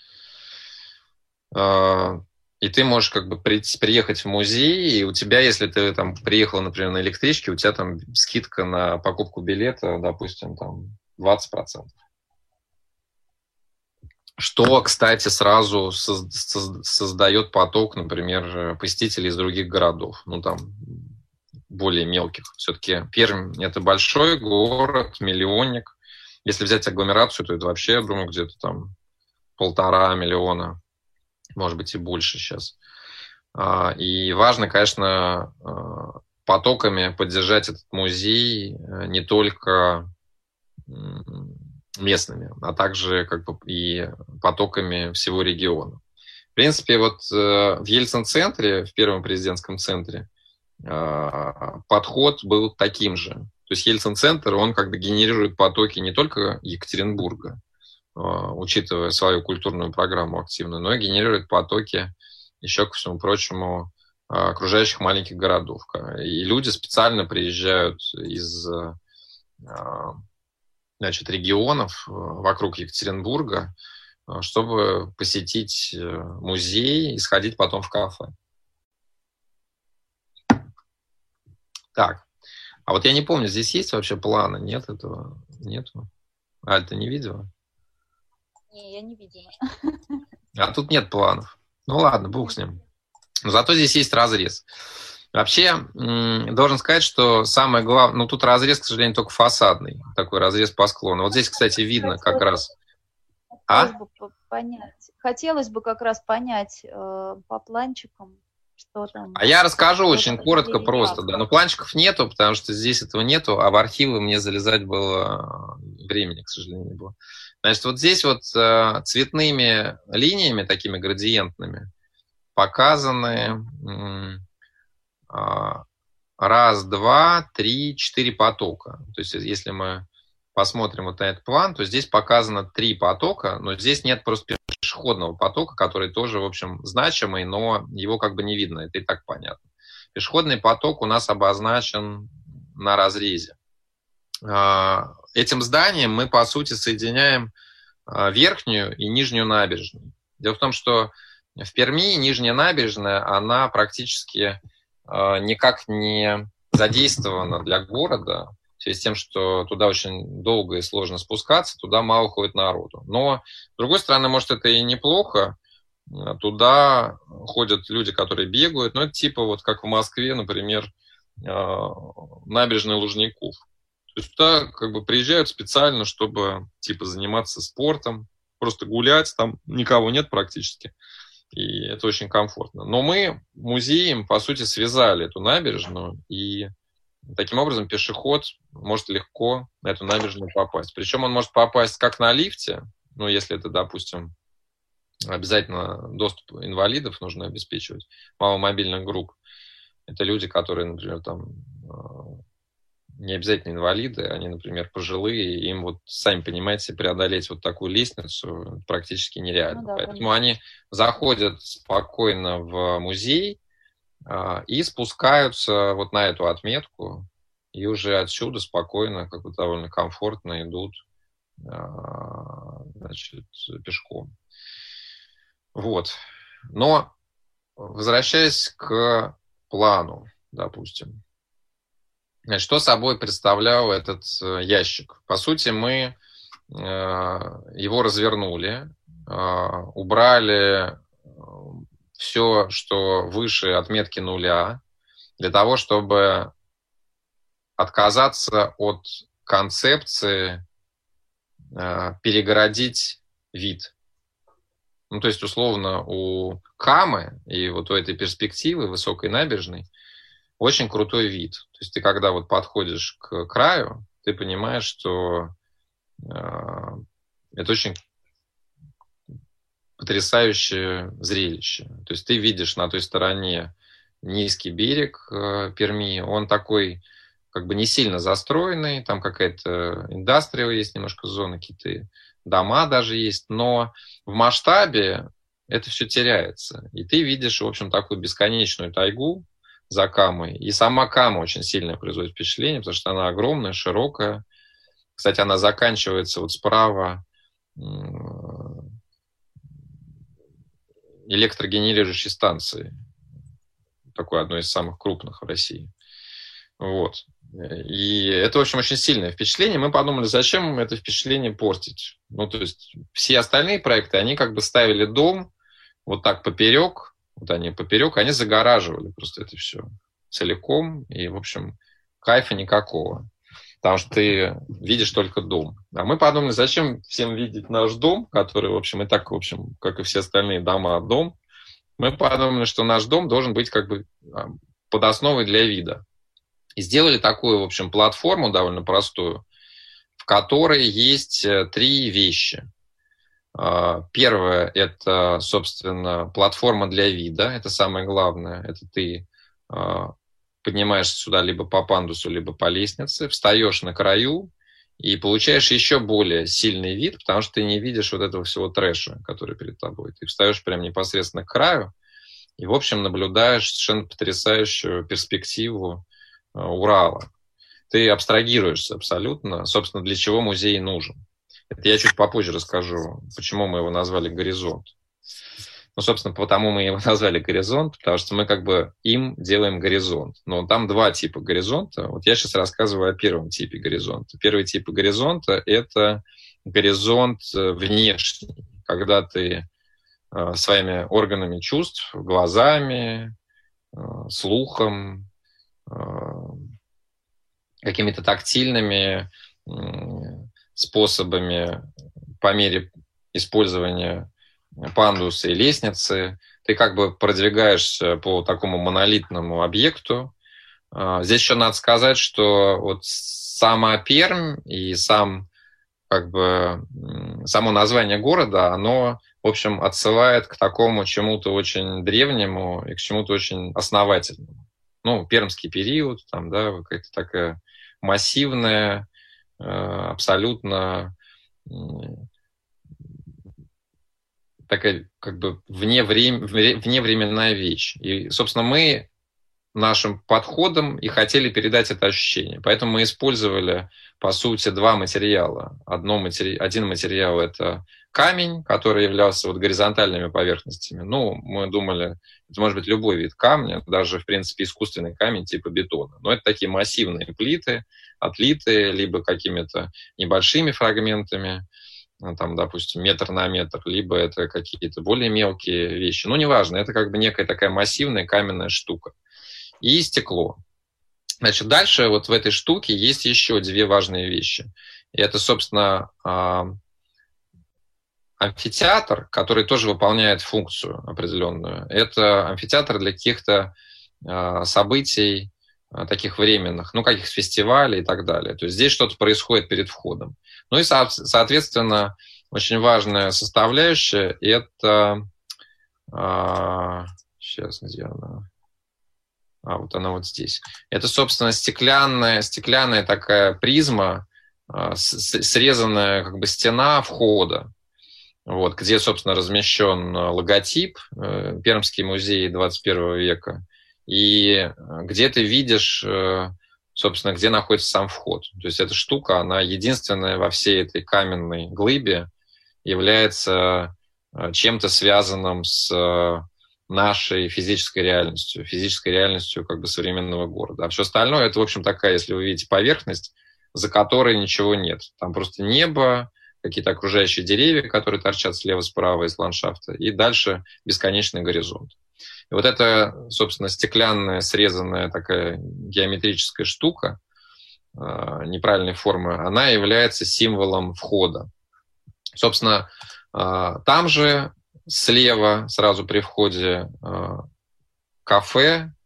И ты можешь как бы приехать в музей, и у тебя, если ты там приехал, например, на электричке, у тебя там скидка на покупку билета, допустим, там двадцать процентов. Что, кстати, сразу создает поток, например, посетителей из других городов, ну там более мелких. Все-таки Пермь – это большой город, миллионник. Если взять агломерацию, то это вообще, я думаю, где-то там полтора миллиона, может быть, и больше сейчас. И важно, конечно, потоками поддержать этот музей не только местными, а также как бы и потоками всего региона. В принципе, вот в Ельцин-центре, в первом президентском центре, подход был таким же. То есть Ельцин-центр, он как бы генерирует потоки не только Екатеринбурга, учитывая свою культурную программу активную, но и генерирует потоки еще, ко всему прочему, окружающих маленьких городов. И люди специально приезжают из, значит, регионов вокруг Екатеринбурга, чтобы посетить музей и сходить потом в кафе. Так, а вот я не помню, здесь есть вообще планы? Нет этого? Нету? А, ты не видела? Не, я не видела. А тут нет планов. Ну ладно, бог с ним. Но зато здесь есть разрез. Вообще, должен сказать, что самое главное... Ну, тут разрез, к сожалению, только фасадный. Такой разрез по склону. Вот здесь, кстати, видно как раз... Хотелось а? бы понять. Хотелось бы как раз понять э, по планчикам, что там. А я расскажу очень коротко, просто. Да. Но планчиков нету, потому что здесь этого нету, а в архивы мне залезать было... Времени, к сожалению, не было. Значит, вот здесь вот э, цветными линиями, такими градиентными, показаны э, раз, два, три, четыре потока. То есть, если мы посмотрим вот на этот план, то здесь показано три потока, но здесь нет просто пешеходного потока, который тоже, в общем, значимый, но его как бы не видно, это и так понятно. Пешеходный поток у нас обозначен на разрезе. Этим зданием мы, по сути, соединяем верхнюю и нижнюю набережную. Дело в том, что в Перми нижняя набережная, она практически никак не задействована для города, в связи с тем, что туда очень долго и сложно спускаться, туда мало ходит народу. Но, с другой стороны, может, это и неплохо. Туда ходят люди, которые бегают. Ну, это типа вот как в Москве, например, набережная Лужников. То есть туда как бы приезжают специально, чтобы типа заниматься спортом, просто гулять, там никого нет практически. И это очень комфортно. Но мы музеем, по сути, связали эту набережную, и таким образом пешеход может легко на эту набережную попасть. Причем он может попасть как на лифте, ну, если это, допустим, обязательно доступ инвалидов нужно обеспечивать, маломобильных групп. Это люди, которые, например, там не обязательно инвалиды, они, например, пожилые, и им вот, сами понимаете, преодолеть вот такую лестницу практически нереально. Ну, да, Поэтому конечно. Они заходят спокойно в музей а, и спускаются вот на эту отметку, и уже отсюда спокойно, как бы довольно комфортно идут а, значит, пешком. Вот. Но, возвращаясь к плану, допустим, что собой представлял этот ящик? По сути, мы его развернули, убрали все, что выше отметки нуля, для того, чтобы отказаться от концепции перегородить вид. Ну, то есть, условно, у Камы и вот у этой перспективы высокой набережной очень крутой вид. То есть ты когда вот подходишь к краю, ты понимаешь, что это очень потрясающее зрелище. То есть ты видишь на той стороне низкий берег Перми, он такой как бы не сильно застроенный, там какая-то индустрия есть, немножко зоны, какие-то дома даже есть, но в масштабе это все теряется. И ты видишь, в общем, такую бесконечную тайгу за Камой. И сама Кама очень сильно производит впечатление, потому что она огромная, широкая. Кстати, она заканчивается вот справа электрогенерирующей станцией, такой одной из самых крупных в России. Вот. И это, в общем, очень сильное впечатление. Мы подумали, зачем это впечатление портить. Ну, то есть все остальные проекты, они как бы ставили дом вот так поперек, вот они поперек, они загораживали просто это все целиком. И, в общем, кайфа никакого. Потому что ты видишь только дом. А мы подумали, зачем всем видеть наш дом, который, в общем, и так, в общем, как и все остальные дома, дом. Мы подумали, что наш дом должен быть как бы под основой для вида. И сделали такую, в общем, платформу довольно простую, в которой есть три вещи. Первое – это, собственно, платформа для вида. Это самое главное. Это ты поднимаешься сюда либо по пандусу, либо по лестнице, встаешь на краю и получаешь еще более сильный вид, потому что ты не видишь вот этого всего трэша, который перед тобой. Ты встаешь прямо непосредственно к краю и, в общем, наблюдаешь совершенно потрясающую перспективу Урала. Ты абстрагируешься абсолютно. Собственно, для чего музей нужен. Это я чуть попозже расскажу, почему мы его назвали «Горизонт». Ну, собственно, потому мы его назвали «Горизонт», потому что мы как бы им делаем горизонт. Но там два типа горизонта. Вот я сейчас рассказываю о первом типе горизонта. Первый тип горизонта – это горизонт внешний, когда ты э, своими органами чувств, глазами, э, слухом, э, какими-то тактильными э, способами по мере использования пандусы и лестницы, ты как бы продвигаешься по такому монолитному объекту. Здесь еще надо сказать, что вот сама Пермь и сам, как бы, само название города, оно, в общем, отсылает к такому чему-то очень древнему и к чему-то очень основательному. Ну, пермский период, там, да, какая-то такая массивная, абсолютно такая как бы вне врем... вневременная вещь. И, собственно, мы нашим подходом и хотели передать это ощущение. Поэтому мы использовали, по сути, два материала. Одно матери... Один материал – это камень, который являлся вот горизонтальными поверхностями. Ну, мы думали, это может быть любой вид камня, даже, в принципе, искусственный камень типа бетона. Но это такие массивные плиты, отлитые либо какими-то небольшими фрагментами, там, допустим, метр на метр, либо это какие-то более мелкие вещи. Ну, неважно, это как бы некая такая массивная каменная штука. И стекло. Значит, дальше вот в этой штуке есть еще две важные вещи. И это, собственно, амфитеатр, который тоже выполняет функцию определенную. Это амфитеатр для каких-то событий таких временных, ну, каких-то фестивалей и так далее. То есть здесь что-то происходит перед входом. Ну и, соответственно, очень важная составляющая – это… А, сейчас, где она? А, вот она вот здесь. Это, собственно, стеклянная, стеклянная такая призма, срезанная как бы стена входа, вот, где, собственно, размещен логотип Пермский музей двадцать первого века, и где ты видишь, собственно, где находится сам вход. То есть эта штука, она единственная во всей этой каменной глыбе является чем-то связанным с нашей физической реальностью, физической реальностью как бы современного города. А все остальное, это, в общем, такая, если вы видите поверхность, за которой ничего нет. Там просто небо, какие-то окружающие деревья, которые торчат слева-справа из ландшафта, и дальше бесконечный горизонт. И вот эта, собственно, стеклянная, срезанная такая геометрическая штука э, неправильной формы, она является символом входа. Собственно, э, там же слева, сразу при входе, э, кафе,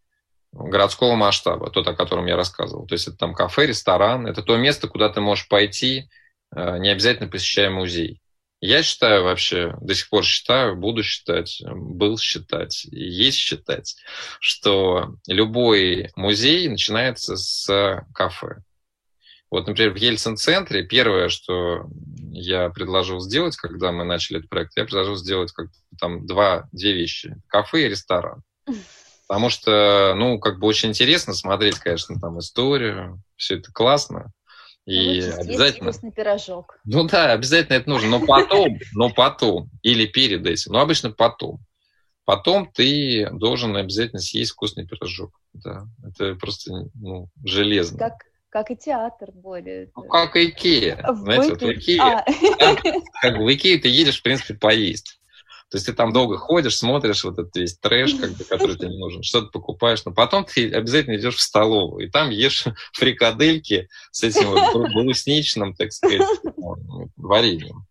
городского масштаба, тот, о котором я рассказывал. То есть это там кафе, ресторан, это то место, куда ты можешь пойти, не обязательно посещая музей. Я считаю вообще, до сих пор считаю, буду считать, был считать, и есть считать, что любой музей начинается с кафе. Вот, например, в Ельцин-центре первое, что я предложил сделать, когда мы начали этот проект, я предложил сделать как там два, две вещи. Кафе и ресторан. Потому что, ну, как бы очень интересно смотреть, конечно, там историю, все это классно. И обязательно... вкусный пирожок. Ну да, обязательно это нужно, но потом, но потом, или перед этим, но обычно потом. Потом ты должен обязательно съесть вкусный пирожок. Да, это просто, ну, железно. Как, как и театр, более. Ну, как и Икея. Знаете, вот в Икее, а. как бы в Икее ты едешь, в принципе, поесть. То есть ты там долго ходишь, смотришь вот этот весь трэш, как бы, который тебе не нужен, что-то покупаешь, но потом ты обязательно идешь в столовую, и там ешь фрикадельки с этим вот брусничным, так сказать, вареньем.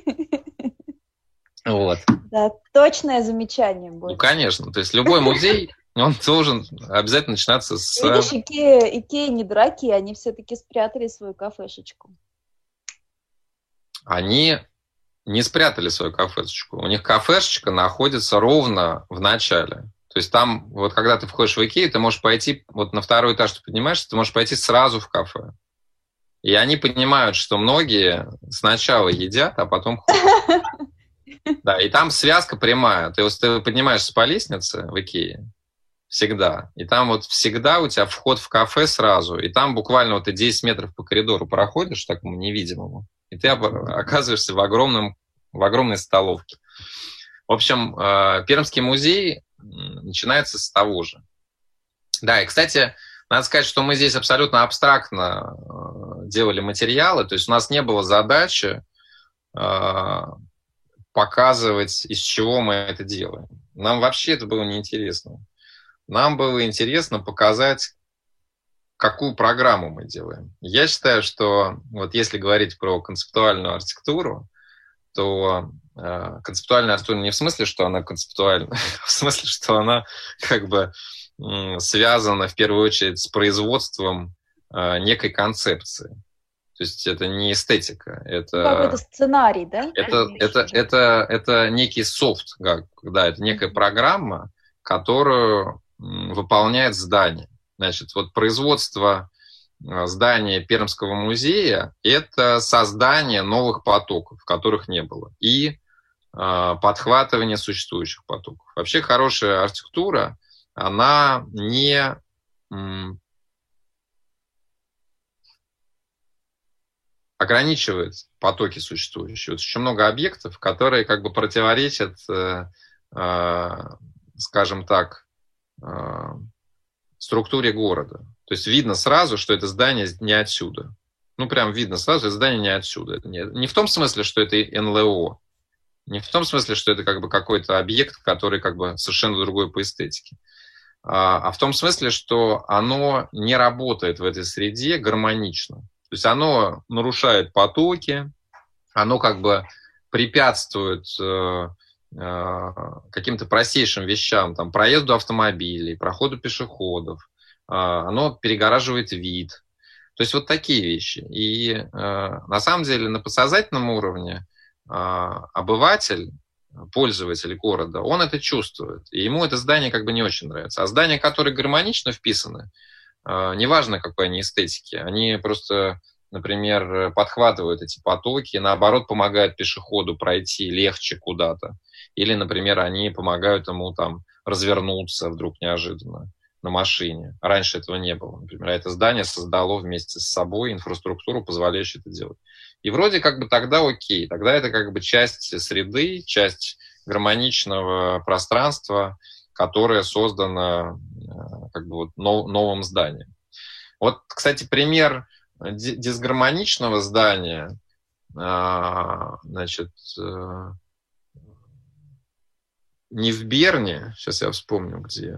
Вот. Да, точное замечание будет. Ну, конечно. То есть любой музей, он должен обязательно начинаться с... Видишь, Икея, Икея не дураки, они все-таки спрятали свою кафешечку. Они... не спрятали свою кафешечку. У них кафешечка находится ровно в начале. То есть там, вот когда ты входишь в Икею, ты можешь пойти, вот на второй этаж ты поднимаешься, ты можешь пойти сразу в кафе. И они понимают, что многие сначала едят, а потом ходят. Да, и там связка прямая. Ты, ты поднимаешься по лестнице в Икее всегда, и там вот всегда у тебя вход в кафе сразу, и там буквально вот ты десять метров по коридору проходишь, такому невидимому, и ты оказываешься в, огромном, в огромной столовке. В общем, Пермский музей начинается с того же. Да, и, кстати, надо сказать, что мы здесь абсолютно абстрактно делали материалы, то есть у нас не было задачи показывать, из чего мы это делаем. Нам вообще это было неинтересно. Нам было интересно показать, какую программу мы делаем. Я считаю, что вот если говорить про концептуальную архитектуру, то э, концептуальная архитектура не в смысле, что она концептуальна, в смысле, что она как бы э, связана в первую очередь с производством э, некой концепции. То есть это не эстетика, это... Какой-то сценарий, да? Это, это, это, это некий софт, как, да, это некая программа, которую выполняет здание. Значит, вот производство здания Пермского музея – это создание новых потоков, которых не было, и э, подхватывание существующих потоков. Вообще хорошая архитектура, она не... М, ограничивает потоки существующие. Вот очень много объектов, которые как бы противоречат, э, э, скажем так, э, структуре города. То есть видно сразу, что это здание не отсюда. Ну, прям видно сразу, что это здание не отсюда. Это не, не в том смысле, что это эн эл о, не в том смысле, что это как бы какой-то объект, который как бы совершенно другой по эстетике, а, а в том смысле, что оно не работает в этой среде гармонично. То есть оно нарушает потоки, оно как бы препятствует э, э, каким-то простейшим вещам, там, проезду автомобилей, проходу пешеходов, э, оно перегораживает вид. То есть вот такие вещи. И э, на самом деле на подсознательном уровне э, обыватель, пользователь города, он это чувствует. И ему это здание как бы не очень нравится. А здания, которые гармонично вписаны, неважно, какой они эстетики, они просто, например, подхватывают эти потоки, наоборот, помогают пешеходу пройти легче куда-то. Или, например, они помогают ему там развернуться вдруг неожиданно на машине. Раньше этого не было, например. Это здание создало вместе с собой инфраструктуру, позволяющую это делать. И вроде как бы тогда окей, тогда это как бы часть среды, часть гармоничного пространства, которое создано как бы вот нов, новым зданием. Вот, кстати, пример дисгармоничного здания, значит, не в Берне, сейчас я вспомню, где,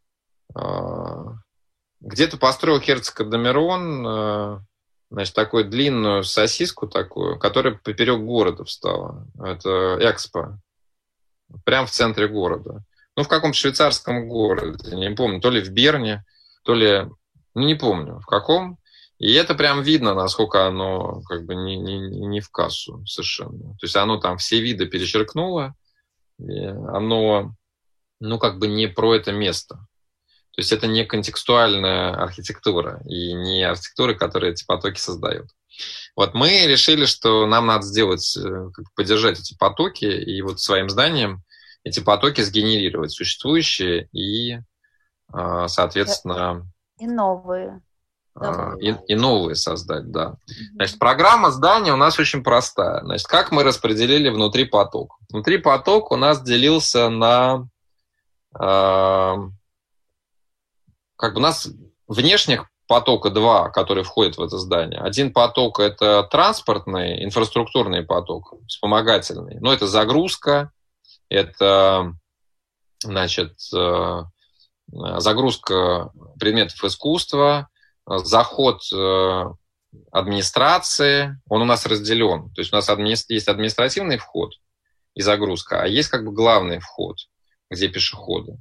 где-то построил герцог Адамерон, значит, такую длинную сосиску такую, которая поперек города встала. Это Экспо, прямо в центре города. Ну, в каком-то швейцарском городе, не помню, то ли в Берне, то ли, ну, не помню, в каком. И это прям видно, насколько оно как бы не, не, не в кассу совершенно. То есть оно там все виды перечеркнуло, и оно, ну, как бы не про это место. То есть это не контекстуальная архитектура и не архитектура, которая эти потоки создает. Вот мы решили, что нам надо сделать, как бы поддержать эти потоки и вот своим зданием эти потоки сгенерировать, существующие и, соответственно... И новые. И, и новые создать, да. Значит, программа здания у нас очень простая. Значит, как мы распределили внутри поток? Внутри поток у нас делился на... Э, как бы у нас внешних потока два, которые входят в это здание. Один поток – это транспортный, инфраструктурный поток, вспомогательный. Ну, это загрузка, это, значит, э, загрузка предметов искусства, заход администрации, он у нас разделен. То есть у нас есть административный вход и загрузка, а есть как бы главный вход, где пешеходы.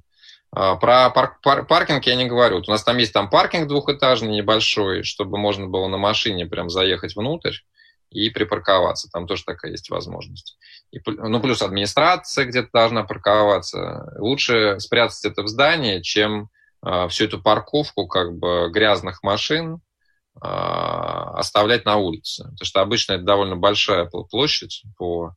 Про парк, пар, паркинг я не говорю. Вот у нас там есть там паркинг двухэтажный, небольшой, чтобы можно было на машине прям заехать внутрь и припарковаться. Там тоже такая есть возможность. И, ну, плюс администрация где-то должна парковаться. Лучше спрятать это в здании, чем всю эту парковку как бы грязных машин э, оставлять на улице. Потому что обычно это довольно большая площадь по,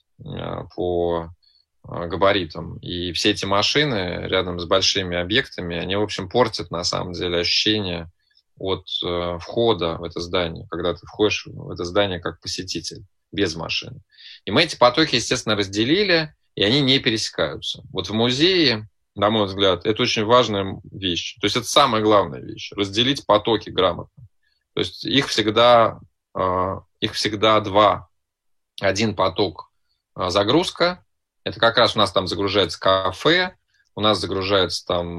э, по габаритам. И все эти машины рядом с большими объектами, они, в общем, портят на самом деле ощущение от э, входа в это здание, когда ты входишь в это здание как посетитель, без машины. И мы эти потоки, естественно, разделили, и они не пересекаются. Вот в музее, на мой взгляд, это очень важная вещь. То есть это самая главная вещь. Разделить потоки грамотно. То есть их всегда, их всегда два. Один поток загрузка. Это как раз у нас там загружается кафе, у нас загружается там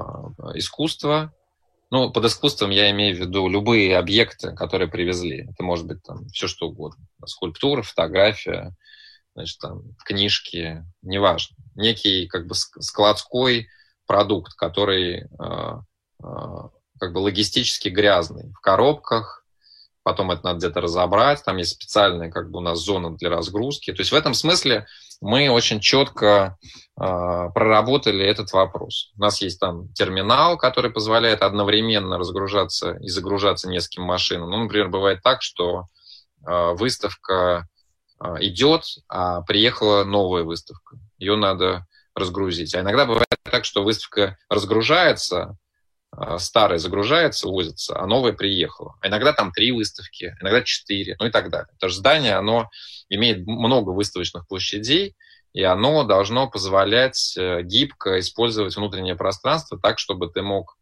искусство. Ну, под искусством я имею в виду любые объекты, которые привезли. Это может быть там все что угодно. Скульптура, фотография, значит, там, книжки, неважно. Некий как бы складской продукт, который э, э, как бы логистически грязный, в коробках, потом это надо где-то разобрать, там есть специальная как бы у нас зона для разгрузки. То есть в этом смысле мы очень четко э, проработали этот вопрос. У нас есть там терминал, который позволяет одновременно разгружаться и загружаться нескольким машинам. Ну, например, бывает так, что э, выставка идет, а приехала новая выставка. Ее надо разгрузить. А иногда бывает так, что выставка разгружается, старая загружается, увозится, а новая приехала. А иногда там три выставки, иногда четыре, ну и так далее. Потому что здание, оно имеет много выставочных площадей, и оно должно позволять гибко использовать внутреннее пространство так, чтобы ты мог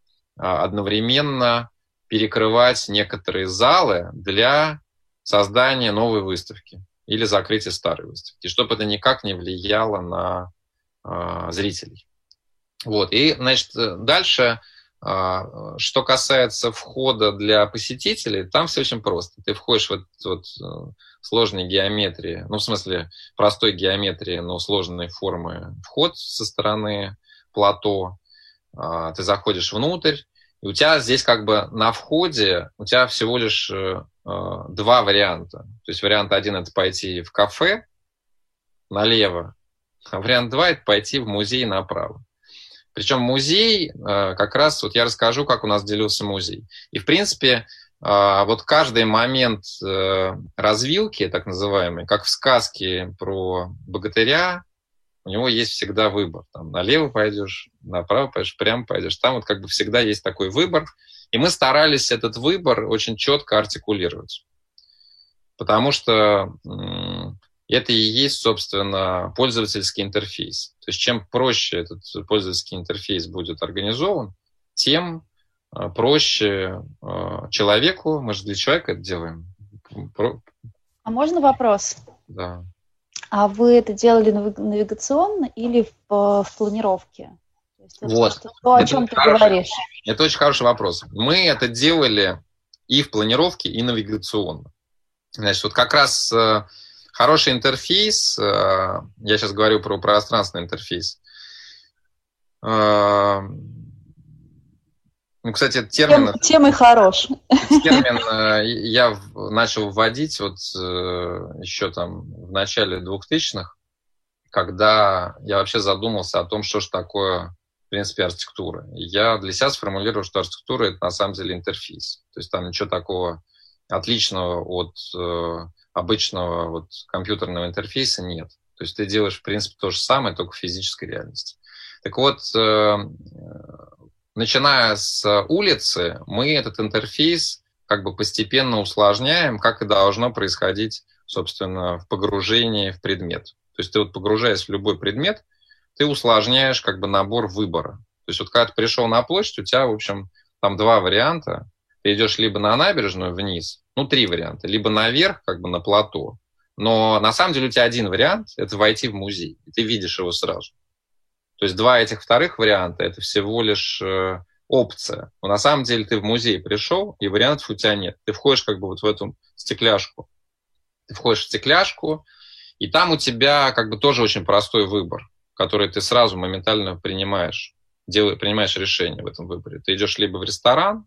одновременно перекрывать некоторые залы для создания новой выставки или закрытие старой выставки, чтобы это никак не влияло на э, зрителей. Вот. И, значит, дальше, э, что касается входа для посетителей, там все очень просто. Ты входишь в эту вот, э, сложной геометрии, ну, в смысле, простой геометрии, но сложной формы вход со стороны плато. Э, ты заходишь внутрь, и у тебя здесь как бы на входе у тебя всего лишь э, два варианта. То есть вариант один – это пойти в кафе налево, а вариант два – это пойти в музей направо. Причем музей, э, как раз вот я расскажу, как у нас делился музей. И, в принципе, э, вот каждый момент э, развилки, так называемый, как в сказке про богатыря, у него есть всегда выбор. Там налево пойдешь, направо пойдешь, прямо пойдешь. Там вот как бы всегда есть такой выбор. И мы старались этот выбор очень четко артикулировать. Потому что м- это и есть, собственно, пользовательский интерфейс. То есть чем проще этот пользовательский интерфейс будет организован, тем э, проще э, человеку, мы же для человека это делаем. Про... А можно вопрос? Да. А вы это делали навигационно или в, в планировке? То есть Вот. Это, то, о это чем ты хороший, говоришь. Это очень хороший вопрос. Мы это делали и в планировке, и навигационно. Значит, вот как раз э, хороший интерфейс, э, я сейчас говорю про пространственный интерфейс, э, Ну, кстати, этот термин... Тем, тем и хорош. Термин э, я в, начал вводить вот э, еще там в начале двухтысячных, когда я вообще задумался о том, что же такое, в принципе, архитектура. И я для себя сформулировал, что архитектура – это на самом деле интерфейс. То есть там ничего такого отличного от э, обычного вот, компьютерного интерфейса нет. То есть ты делаешь, в принципе, то же самое, только в физической реальности. Так вот, э, начиная с улицы, мы этот интерфейс как бы постепенно усложняем, как и должно происходить, собственно, в погружении в предмет. То есть ты вот погружаясь в любой предмет, ты усложняешь как бы набор выбора. То есть вот когда ты пришел на площадь, у тебя, в общем, там два варианта. Ты идешь либо на набережную вниз, ну, три варианта, либо наверх, как бы на плато. Но на самом деле у тебя один вариант – это войти в музей, и ты видишь его сразу. То есть два этих вторых варианта – это всего лишь э, опция. Но на самом деле ты в музей пришел, и вариантов у тебя нет. Ты входишь как бы вот в эту стекляшку. Ты входишь в стекляшку, и там у тебя как бы тоже очень простой выбор, который ты сразу моментально принимаешь, делаешь, принимаешь решение в этом выборе. Ты идешь либо в ресторан,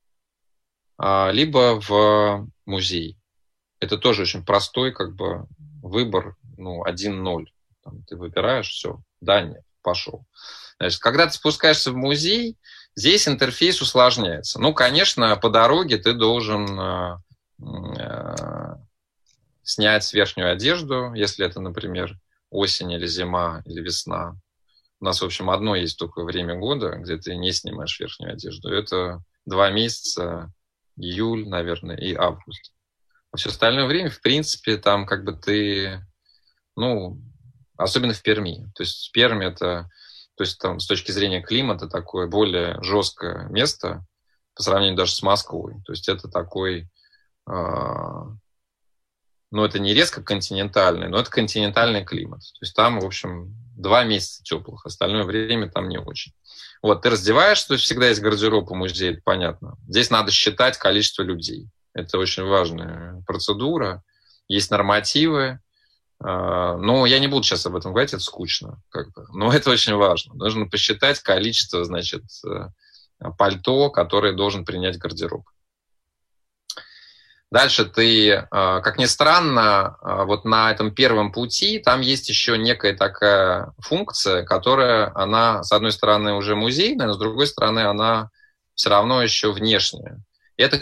либо в музей. Это тоже очень простой как бы выбор, ну, один-ноль. Там ты выбираешь, все, да, нет, пошел. Значит, когда ты спускаешься в музей, здесь интерфейс усложняется. Ну, конечно, по дороге ты должен э, э, снять верхнюю одежду, если это, например, осень или зима или весна. У нас, в общем, одно есть только время года, где ты не снимаешь верхнюю одежду. Это два месяца, июль, наверное, и август. А все остальное время, в принципе, там как бы ты, ну, особенно в Перми. То есть Пермь это, то есть там с точки зрения климата такое более жесткое место по сравнению даже с Москвой. То есть это такой, э, ну, это не резко континентальный, но это континентальный климат. То есть там, в общем, два месяца теплых, остальное время там не очень. Вот, ты раздеваешься, то есть всегда есть гардероб у музея, это понятно. Здесь надо считать количество людей. Это очень важная процедура. Есть нормативы. Но я не буду сейчас об этом говорить, это скучно. Как бы. Но это очень важно. Нужно посчитать количество, значит, пальто, которое должен принять гардероб. Дальше ты, как ни странно, вот на этом первом пути там есть еще некая такая функция, которая, она, с одной стороны, уже музейная, но с другой стороны, она все равно еще внешняя. Это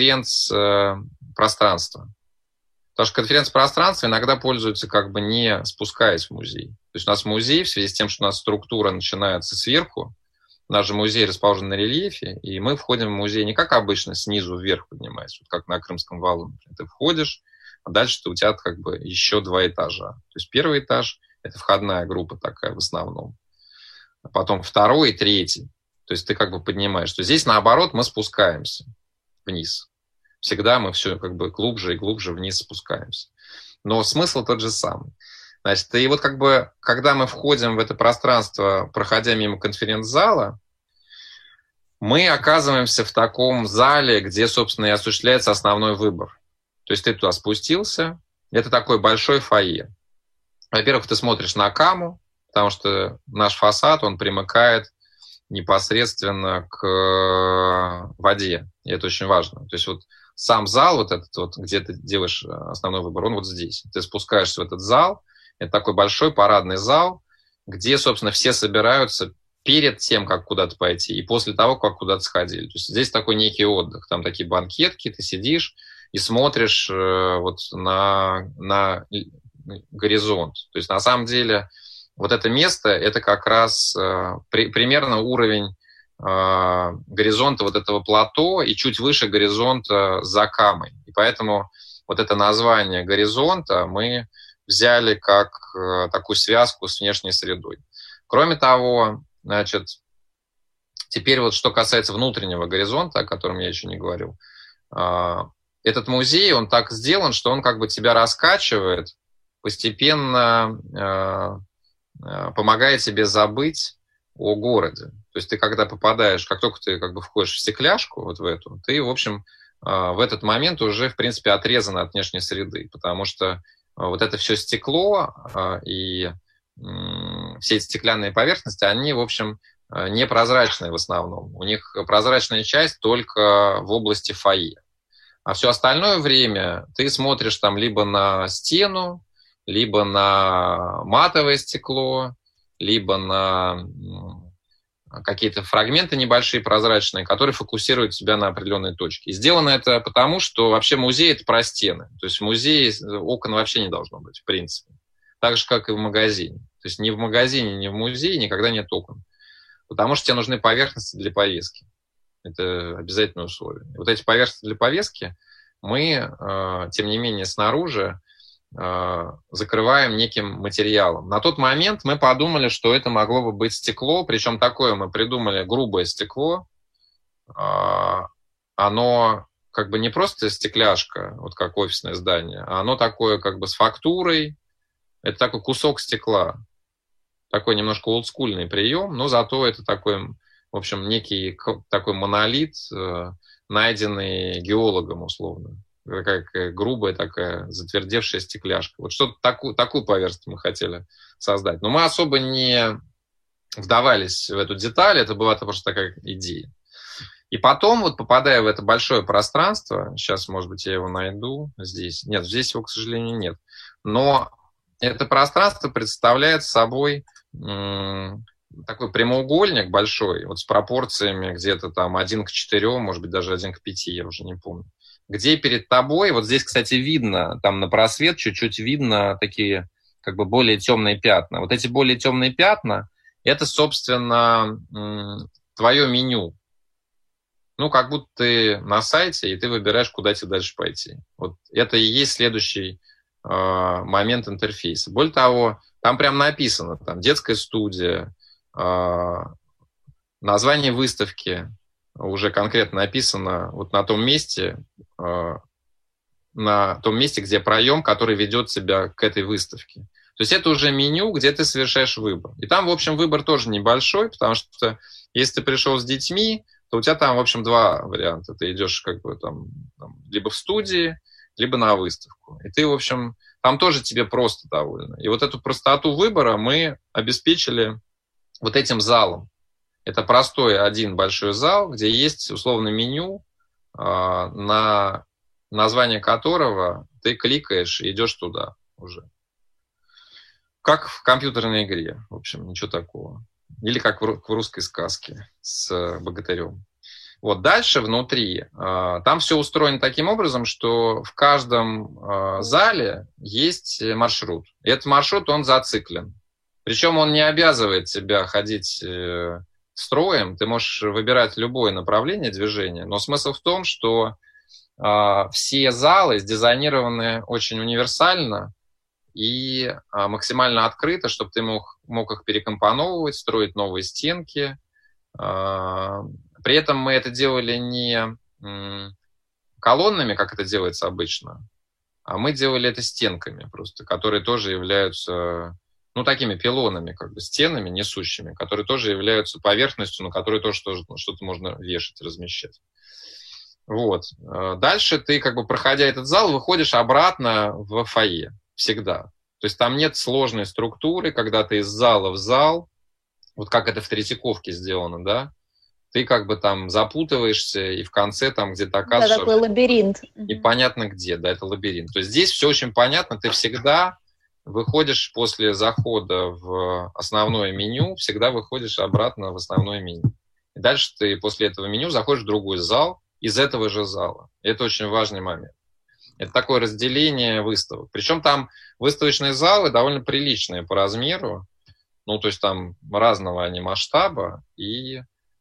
конференц-пространство. Потому что конференц-пространство иногда пользуются как бы не спускаясь в музей. То есть у нас музей, в связи с тем, что у нас структура начинается сверху, наш же музей расположен на рельефе, и мы входим в музей не как обычно, снизу вверх поднимаясь, вот как на Крымском валу. Ты входишь, а дальше у тебя как бы еще два этажа. То есть первый этаж – это входная группа такая в основном. А потом второй и третий. То есть ты как бы поднимаешь. То здесь, наоборот, мы спускаемся вниз. Всегда мы все как бы глубже и глубже вниз спускаемся. Но смысл тот же самый. Значит, и вот как бы, когда мы входим в это пространство, проходя мимо конференц-зала, мы оказываемся в таком зале, где, собственно, и осуществляется основной выбор. То есть ты туда спустился, это такой большой фойе. Во-первых, ты смотришь на Каму, потому что наш фасад, он примыкает непосредственно к воде, и это очень важно. То есть вот сам зал, вот этот вот, где ты делаешь основной выбор, он вот здесь. Ты спускаешься в этот зал, это такой большой парадный зал, где, собственно, все собираются перед тем, как куда-то пойти, и после того, как куда-то сходили. То есть здесь такой некий отдых. Там такие банкетки, ты сидишь и смотришь э, вот на, на горизонт. То есть на самом деле вот это место, это как раз э, при, примерно уровень э, горизонта вот этого плато и чуть выше горизонта за Камой. И поэтому вот это название горизонта мы взяли как э, такую связку с внешней средой. Кроме того, значит, теперь вот что касается внутреннего горизонта, о котором я еще не говорил, э, этот музей, он так сделан, что он как бы тебя раскачивает, постепенно э, э, помогая тебе забыть о городе. То есть ты когда попадаешь, как только ты как бы входишь в стекляшку, вот в эту, ты, в общем, э, в этот момент уже, в принципе, отрезан от внешней среды, потому что вот это все стекло и все эти стеклянные поверхности, они, в общем, непрозрачные в основном. У них прозрачная часть только в области фойе. А все остальное время ты смотришь там либо на стену, либо на матовое стекло, либо на какие-то фрагменты небольшие, прозрачные, которые фокусируют тебя на определенные точки. И сделано это потому, что вообще музей – это про стены. То есть в музее окон вообще не должно быть, в принципе. Так же, как и в магазине. То есть ни в магазине, ни в музее никогда нет окон. Потому что тебе нужны поверхности для повески. Это обязательное условие. И вот эти поверхности для повески мы, тем не менее, снаружи закрываем неким материалом. На тот момент мы подумали, что это могло бы быть стекло, причем такое мы придумали грубое стекло. Оно как бы не просто стекляшка, вот как офисное здание, а оно такое как бы с фактурой. Это такой кусок стекла. Такой немножко олдскульный прием, но зато это такой, в общем, некий такой монолит, найденный геологом условно. Какая грубая такая затвердевшая стекляшка. Вот что-то такую, такую поверхность мы хотели создать. Но мы особо не вдавались в эту деталь, это была просто такая идея. И потом, вот попадая в это большое пространство, сейчас, может быть, я его найду здесь. Нет, здесь его, к сожалению, нет. Но это пространство представляет собой м- такой прямоугольник большой, вот с пропорциями где-то там один к четырем, может быть, даже один к пяти, я уже не помню. Где перед тобой, вот здесь, кстати, видно, там на просвет чуть-чуть видно такие как бы более темные пятна. Вот эти более темные пятна, это, собственно, твое меню. Ну, как будто ты на сайте, и ты выбираешь, куда тебе дальше пойти. Вот это и есть следующий э, момент интерфейса. Более того, там прям написано, там, детская студия, э, название выставки, уже конкретно написано вот на том месте, э, на том месте, где проем, который ведет тебя к этой выставке. То есть это уже меню, где ты совершаешь выбор. И там, в общем, выбор тоже небольшой, потому что если ты пришел с детьми, то у тебя там, в общем, два варианта. Ты идешь как бы там, там либо в студии, либо на выставку. И ты, в общем, там тоже тебе просто довольно. И вот эту простоту выбора мы обеспечили вот этим залом. Это простой один большой зал, где есть условно меню, на название которого ты кликаешь и идешь туда уже. Как в компьютерной игре, в общем, ничего такого. Или как в русской сказке с богатырем. Вот дальше внутри, там все устроено таким образом, что в каждом зале есть маршрут. И этот маршрут, он зациклен. Причем он не обязывает тебя ходить строем, ты можешь выбирать любое направление движения, но смысл в том, что э, все залы сдизайнированы очень универсально и э, максимально открыто, чтобы ты мог, мог их перекомпоновывать, строить новые стенки. Э, при этом мы это делали не э, колоннами, как это делается обычно, а мы делали это стенками просто, которые тоже являются... ну, такими пилонами, как бы, стенами несущими, которые тоже являются поверхностью, на которой тоже, тоже что-то можно вешать, размещать. Вот. Дальше ты, как бы, проходя этот зал, выходишь обратно в фойе. Всегда. То есть там нет сложной структуры, когда ты из зала в зал, вот как это в Третьяковке сделано, да, ты как бы там запутываешься, и в конце там где-то оказываешься... Да, такой лабиринт. Непонятно где, да, это лабиринт. То есть здесь все очень понятно, ты всегда... выходишь после захода в основное меню, всегда выходишь обратно в основное меню. И дальше ты после этого меню заходишь в другой зал из этого же зала. И это очень важный момент. Это такое разделение выставок. Причем там выставочные залы довольно приличные по размеру. Ну, то есть там разного они масштаба. И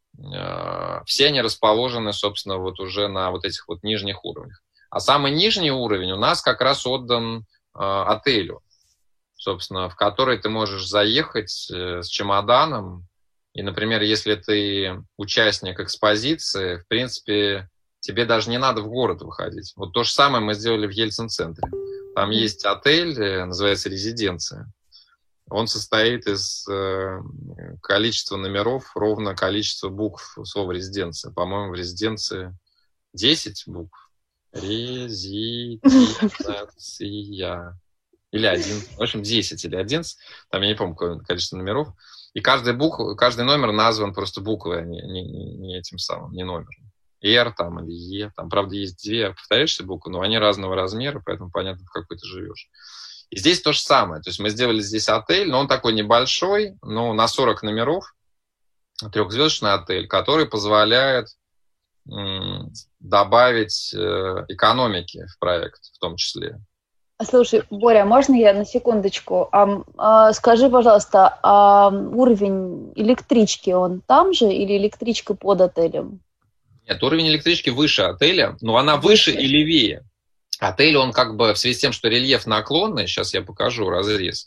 э, все они расположены, собственно, вот уже на вот этих вот нижних уровнях. А самый нижний уровень у нас как раз отдан э, отелю, собственно, в который ты можешь заехать э, с чемоданом. И, например, если ты участник экспозиции, в принципе, тебе даже не надо в город выходить. Вот то же самое мы сделали в Ельцин-центре. Там mm-hmm. есть отель, называется «Резиденция». Он состоит из э, количества номеров, ровно количество букв слова «резиденция». По-моему, в «резиденции» десять букв. Резиденция. Или один, в общем, десять или одиннадцать, там я не помню, какое количество номеров. И каждый, букв, каждый номер назван просто буквой, а не, не, не этим самым, не номером. R там или E, там, правда, есть две повторяющиеся буквы, но они разного размера, поэтому понятно, в какой ты живешь. И здесь то же самое. То есть мы сделали здесь отель, но он такой небольшой, но на сорок номеров, трехзвездочный отель, который позволяет м, добавить э, экономики в проект в том числе. Слушай, Боря, можно я на секундочку? А, а, скажи, пожалуйста, а уровень электрички, он там же или электричка под отелем? Нет, уровень электрички выше отеля, но она выше, выше и левее. Отель, он как бы в связи с тем, что рельеф наклонный, сейчас я покажу разрез.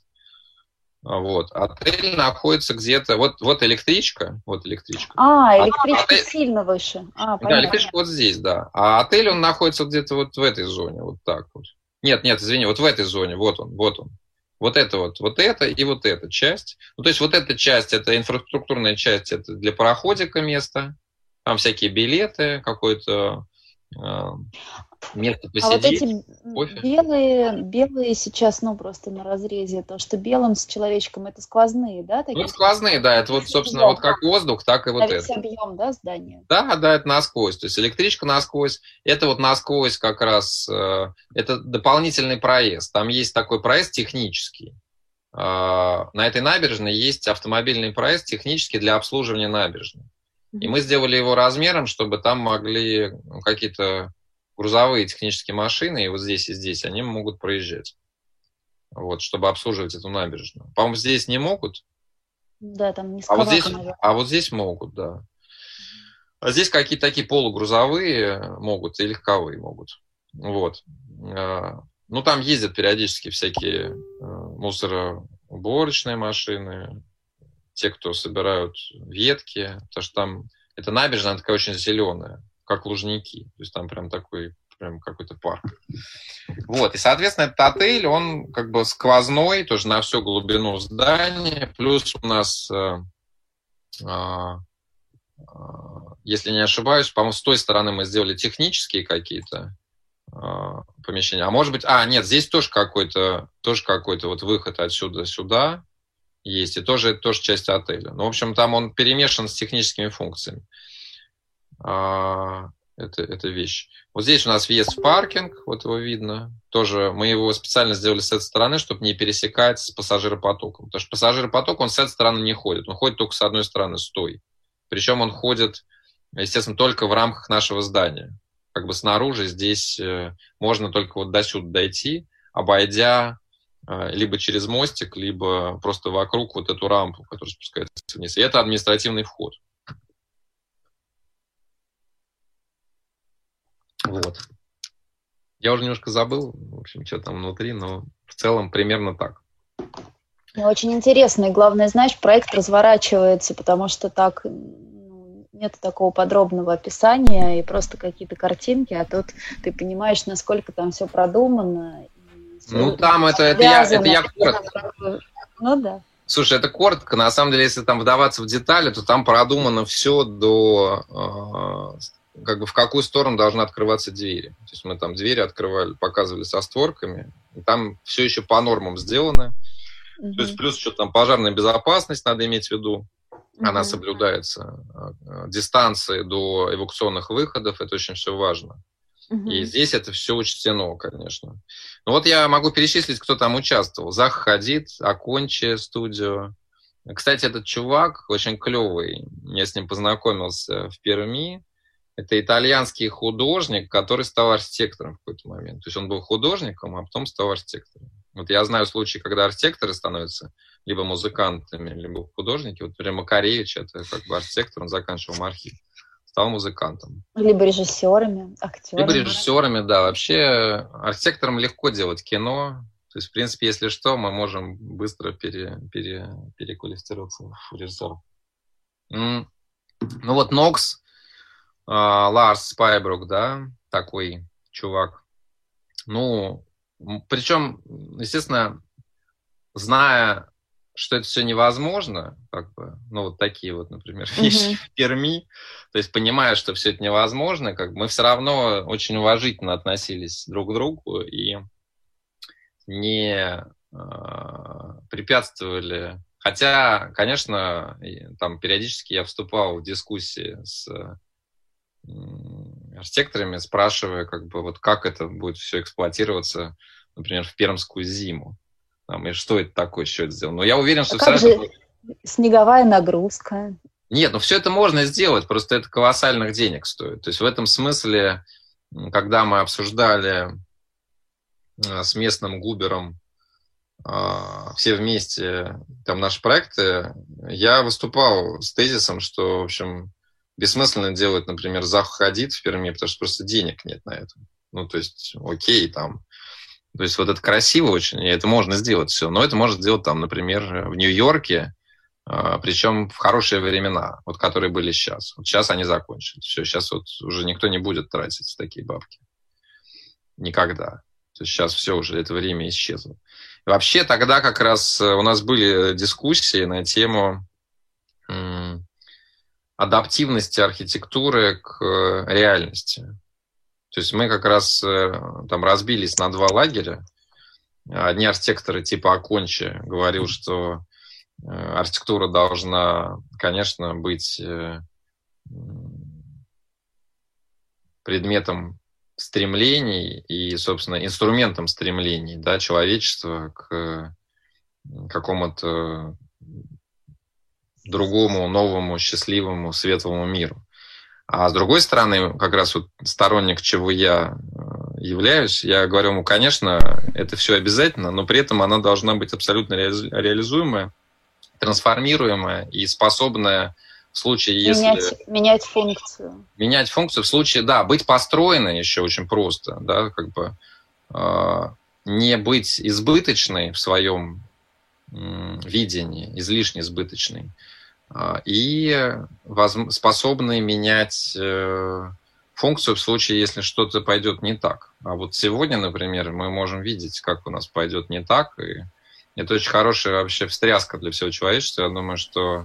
Вот. Отель находится где-то, вот, вот электричка, вот электричка. А, электричка отель... сильно выше. А, да, электричка вот здесь, да. А отель, он находится где-то вот в этой зоне, вот так вот. Нет, нет, извини, вот в этой зоне, вот он, вот он. Вот это вот, вот это и вот эта часть. Ну, то есть вот эта часть, это инфраструктурная часть, это для пароходика место. Там всякие билеты, какое-то э, место посидеть. А вот эти кофе. белые, белые сейчас, ну, просто на разрезе, то, что белым с человечком, это сквозные, да? Такие? Ну, сквозные, да, это вот, собственно, объем. Вот как воздух, так и вот а это. Объем, да, здания? Да, да, это насквозь, то есть электричка насквозь, это вот насквозь как раз, э, это дополнительный проезд, там есть такой проезд технический. Э, на этой набережной есть автомобильный проезд технический для обслуживания набережной. И мы сделали его размером, чтобы там могли ну, какие-то грузовые технические машины, и вот здесь и здесь, они могут проезжать, вот, чтобы обслуживать эту набережную. По-моему, здесь не могут. Да, там не а вот здесь, а вот здесь могут, да. А здесь какие-то такие полугрузовые могут и легковые могут. Вот. Ну, там ездят периодически всякие мусороуборочные машины, те, кто собирают ветки, потому что там эта набережная она такая очень зеленая, как Лужники. То есть там прям такой, прям какой-то парк. Вот, и, соответственно, этот отель, он как бы сквозной, тоже на всю глубину здания. Плюс у нас, э, э, э, если не ошибаюсь, по-моему, с той стороны мы сделали технические какие-то э, помещения. А может быть, а, нет, здесь тоже какой-то, тоже какой-то вот выход отсюда сюда есть, и тоже, это тоже часть отеля. Ну, в общем, там он перемешан с техническими функциями. А, это, это вещь. Вот здесь у нас въезд в паркинг, вот его видно. Тоже мы его специально сделали с этой стороны, чтобы не пересекать с пассажиропотоком. Потому что пассажиропоток, он с этой стороны не ходит. Он ходит только с одной стороны, с той. Причем он ходит, естественно, только в рамках нашего здания. Как бы снаружи здесь можно только вот до сюда дойти, обойдя либо через мостик, либо просто вокруг вот эту рампу, которая спускается вниз. И это административный вход. Вот. Я уже немножко забыл, в общем, что там внутри, но в целом примерно так. Очень интересно. И главное, знаешь, проект разворачивается, потому что так нет такого подробного описания и просто какие-то картинки, а тут ты понимаешь, насколько там все продумано. Ну, там это, это, я, это я коротко. Ну, да. Слушай, это коротко. На самом деле, если там вдаваться в детали, то там продумано все до, э, как бы в какую сторону должны открываться двери. То есть мы там двери открывали, показывали со створками. И там все еще по нормам сделано. Mm-hmm. То есть плюс еще там пожарная безопасность, надо иметь в виду. Mm-hmm. Она соблюдается. Дистанции до эвакуационных выходов, это очень все важно. Uh-huh. И здесь это все учтено, конечно. Ну вот я могу перечислить, кто там участвовал. Зах Хадид, Акончи студио. Кстати, этот чувак очень клевый. Я с ним познакомился в Перми. Это итальянский художник, который стал архитектором в какой-то момент. То есть он был художником, а потом стал архитектором. Вот я знаю случаи, когда архитекторы становятся либо музыкантами, либо художники. Вот, например, Макаревич, это как бы архитектор, он заканчивал архив. Стал музыкантом. Либо режиссерами, актерами. Либо режиссерами, да. Вообще архитекторам легко делать кино. То есть, в принципе, если что, мы можем быстро пере, пере, переквалифицироваться в режиссера. Ну вот Нокс, Ларс Спайбрук, да, такой чувак. Ну, причем, естественно, зная, что это все невозможно, как бы, ну, вот такие вот, например, вещи uh-huh. в Перми, то есть, понимая, что все это невозможно, как бы мы все равно очень уважительно относились друг к другу и не препятствовали. Хотя, конечно, там периодически я вступал в дискуссии с архитекторами, спрашивая, как бы, вот как это будет все эксплуатироваться, например, в пермскую зиму. Там, и что это такое, что это сделано. Но я уверен, что... А как все же равно... снеговая нагрузка? Нет, ну все это можно сделать, просто это колоссальных денег стоит. То есть в этом смысле, когда мы обсуждали с местным губером все вместе там наши проекты, я выступал с тезисом, что, в общем, бессмысленно делать, например, заходит в Перми, потому что просто денег нет на это. Ну, то есть, окей, там. То есть вот это красиво очень, и это можно сделать все. Но это можно сделать там, например, в Нью-Йорке, причем в хорошие времена, вот которые были сейчас. Вот сейчас они закончились. Все, сейчас вот уже никто не будет тратить такие бабки. Никогда. То есть сейчас все уже, это время исчезло. И вообще тогда как раз у нас были дискуссии на тему м, адаптивности архитектуры к реальности. То есть мы как раз там разбились на два лагеря. Одни архитекторы типа Акончи говорил, что архитектура должна, конечно, быть предметом стремлений и, собственно, инструментом стремлений, да, человечества к какому-то другому, новому, счастливому, светлому миру. А с другой стороны, как раз вот сторонник, чего я являюсь, я говорю ему, конечно, это все обязательно, но при этом она должна быть абсолютно реализуемая, трансформируемая и способная в случае, если... Менять, менять функцию. Менять функцию в случае, да, быть построенной еще очень просто, да, как бы э, не быть избыточной в своем э, видении, излишне избыточной, э, и воз, способной менять э, функцию в случае, если что-то пойдет не так. А вот сегодня, например, мы можем видеть, как у нас пойдет не так, и это очень хорошая вообще встряска для всего человечества. Я думаю, что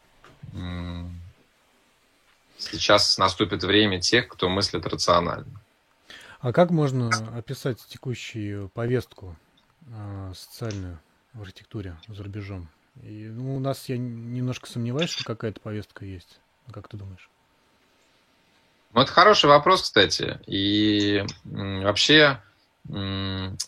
сейчас наступит время тех, кто мыслит рационально. А как можно описать текущую повестку э, социальную в архитектуре за рубежом? И, ну, у нас я немножко сомневаюсь, что какая-то повестка есть. Как ты думаешь? Ну, это хороший вопрос, кстати. И м, вообще м,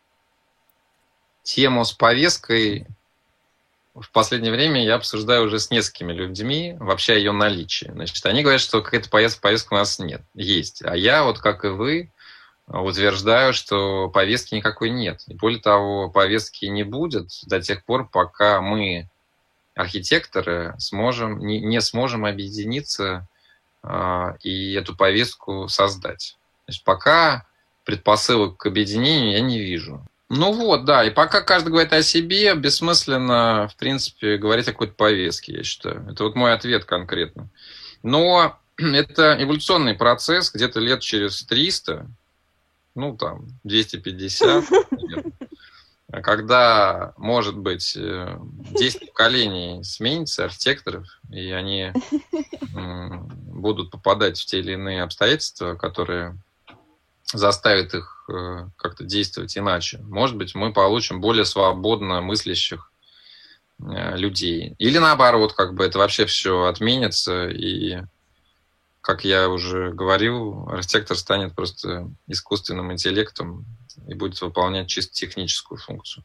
тему с повесткой в последнее время я обсуждаю уже с несколькими людьми вообще ее наличие. Значит, они говорят, что какая-то повестка, повестка у нас нет. Есть. А я, вот как и вы, утверждаю, что повестки никакой нет. И более того, повестки не будет до тех пор, пока мы, архитекторы, сможем, не, не сможем объединиться э, и эту повестку создать. Значит, пока предпосылок к объединению я не вижу. Ну вот, да, и пока каждый говорит о себе, бессмысленно, в принципе, говорить о какой-то повестке, я считаю. Это вот мой ответ конкретно. Но это эволюционный процесс, где-то лет через триста, ну там, двести пятьдесят, наверное, когда, может быть, десять поколений сменится архитекторов, и они будут попадать в те или иные обстоятельства, которые заставят их как-то действовать иначе. Может быть, мы получим более свободно мыслящих людей. Или наоборот, как бы это вообще все отменится, и, как я уже говорил, архитектор станет просто искусственным интеллектом и будет выполнять чисто техническую функцию.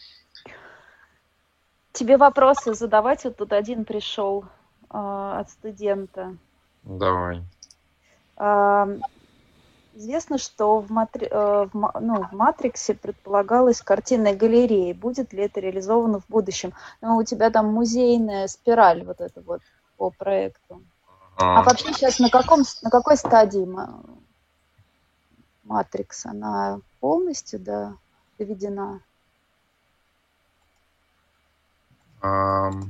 Тебе вопросы задавать? Вот тут один пришел э, от студента. Давай. Э, Известно, что в, матри... в, ну, в «Матриксе» предполагалась картинная галерея. Будет ли это реализовано в будущем? Ну, у тебя там музейная спираль вот эта вот по проекту. А, а вообще сейчас на, каком, на какой стадии «Матрикс»? Она полностью да, доведена? Um...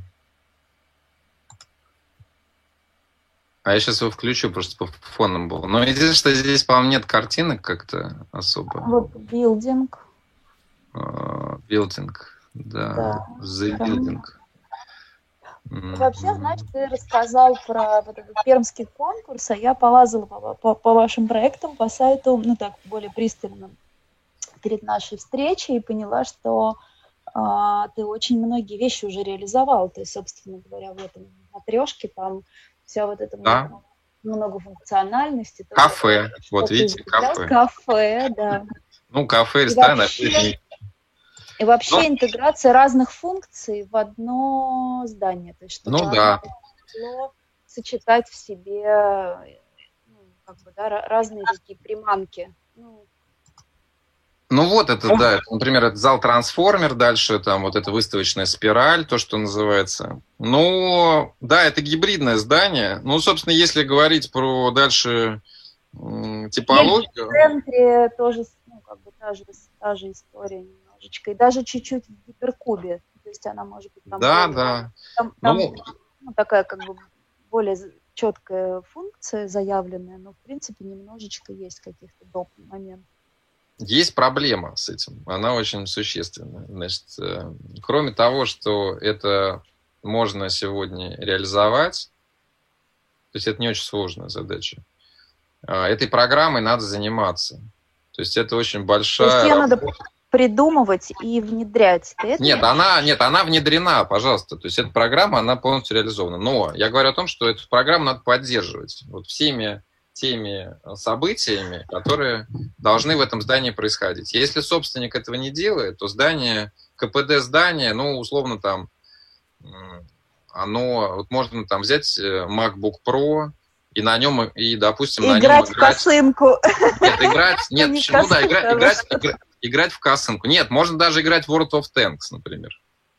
А я сейчас его включу, просто по фоном был. Но единственное, что здесь, по-моему, нет картинок как-то особо. Вот билдинг. Билдинг, да. да. The building. Вообще, значит, ты рассказал про вот этот пермский конкурс, а я полазала по, по, по вашим проектам, по сайту, ну так, более пристально перед нашей встречей, и поняла, что а, ты очень многие вещи уже реализовал. Ты, собственно говоря, в этом матрешке там вся вот эта Да. многофункциональность. Это Кафе. что Вот ты видите, взял. кафе. Кафе, да. Ну, кафе, И ресторан. вообще, и вообще Ну, интеграция разных функций в одно здание. То есть, чтобы ну оно да. могло сочетать в себе ну, как бы, да, ра- разные такие приманки. Ну, Ну вот это, да, это, например, это зал Трансформер, дальше там вот эта выставочная спираль, то, что называется. Ну, да, это гибридное здание. Ну, собственно, если говорить про дальше м, Ельцин в типологию, центре тоже ну, как бы та же, та же история немножечко. И даже чуть-чуть в гиперкубе. То есть она может быть там да, более... да. Там, там Ну, ну, такая как бы более з- четкая функция заявленная, но в принципе немножечко есть каких-то доп. Моментов. есть проблема с этим, она очень существенная. Значит, э, кроме того, что это можно сегодня реализовать, то есть это не очень сложная задача, а, этой программой надо заниматься. То есть это очень То есть большая ее надо работа. придумывать и внедрять. Ты это Нет, имеешь? она, нет, она внедрена, пожалуйста. То есть эта программа, она полностью реализована. Но я говорю о том, что эту программу надо поддерживать вот всеми теми событиями, которые должны в этом здании происходить. Если собственник этого не делает, то здание, КПД здания, ну, условно там, м, оно, вот можно там взять э, MacBook Pro и на нем, и, допустим, на нем Играть в играть. косынку. Нет, играть, Ну, нет, не почему, да, игра- косынка, а играть, что-то. игра- играть в косынку. Нет, можно даже играть в World of Tanks, например.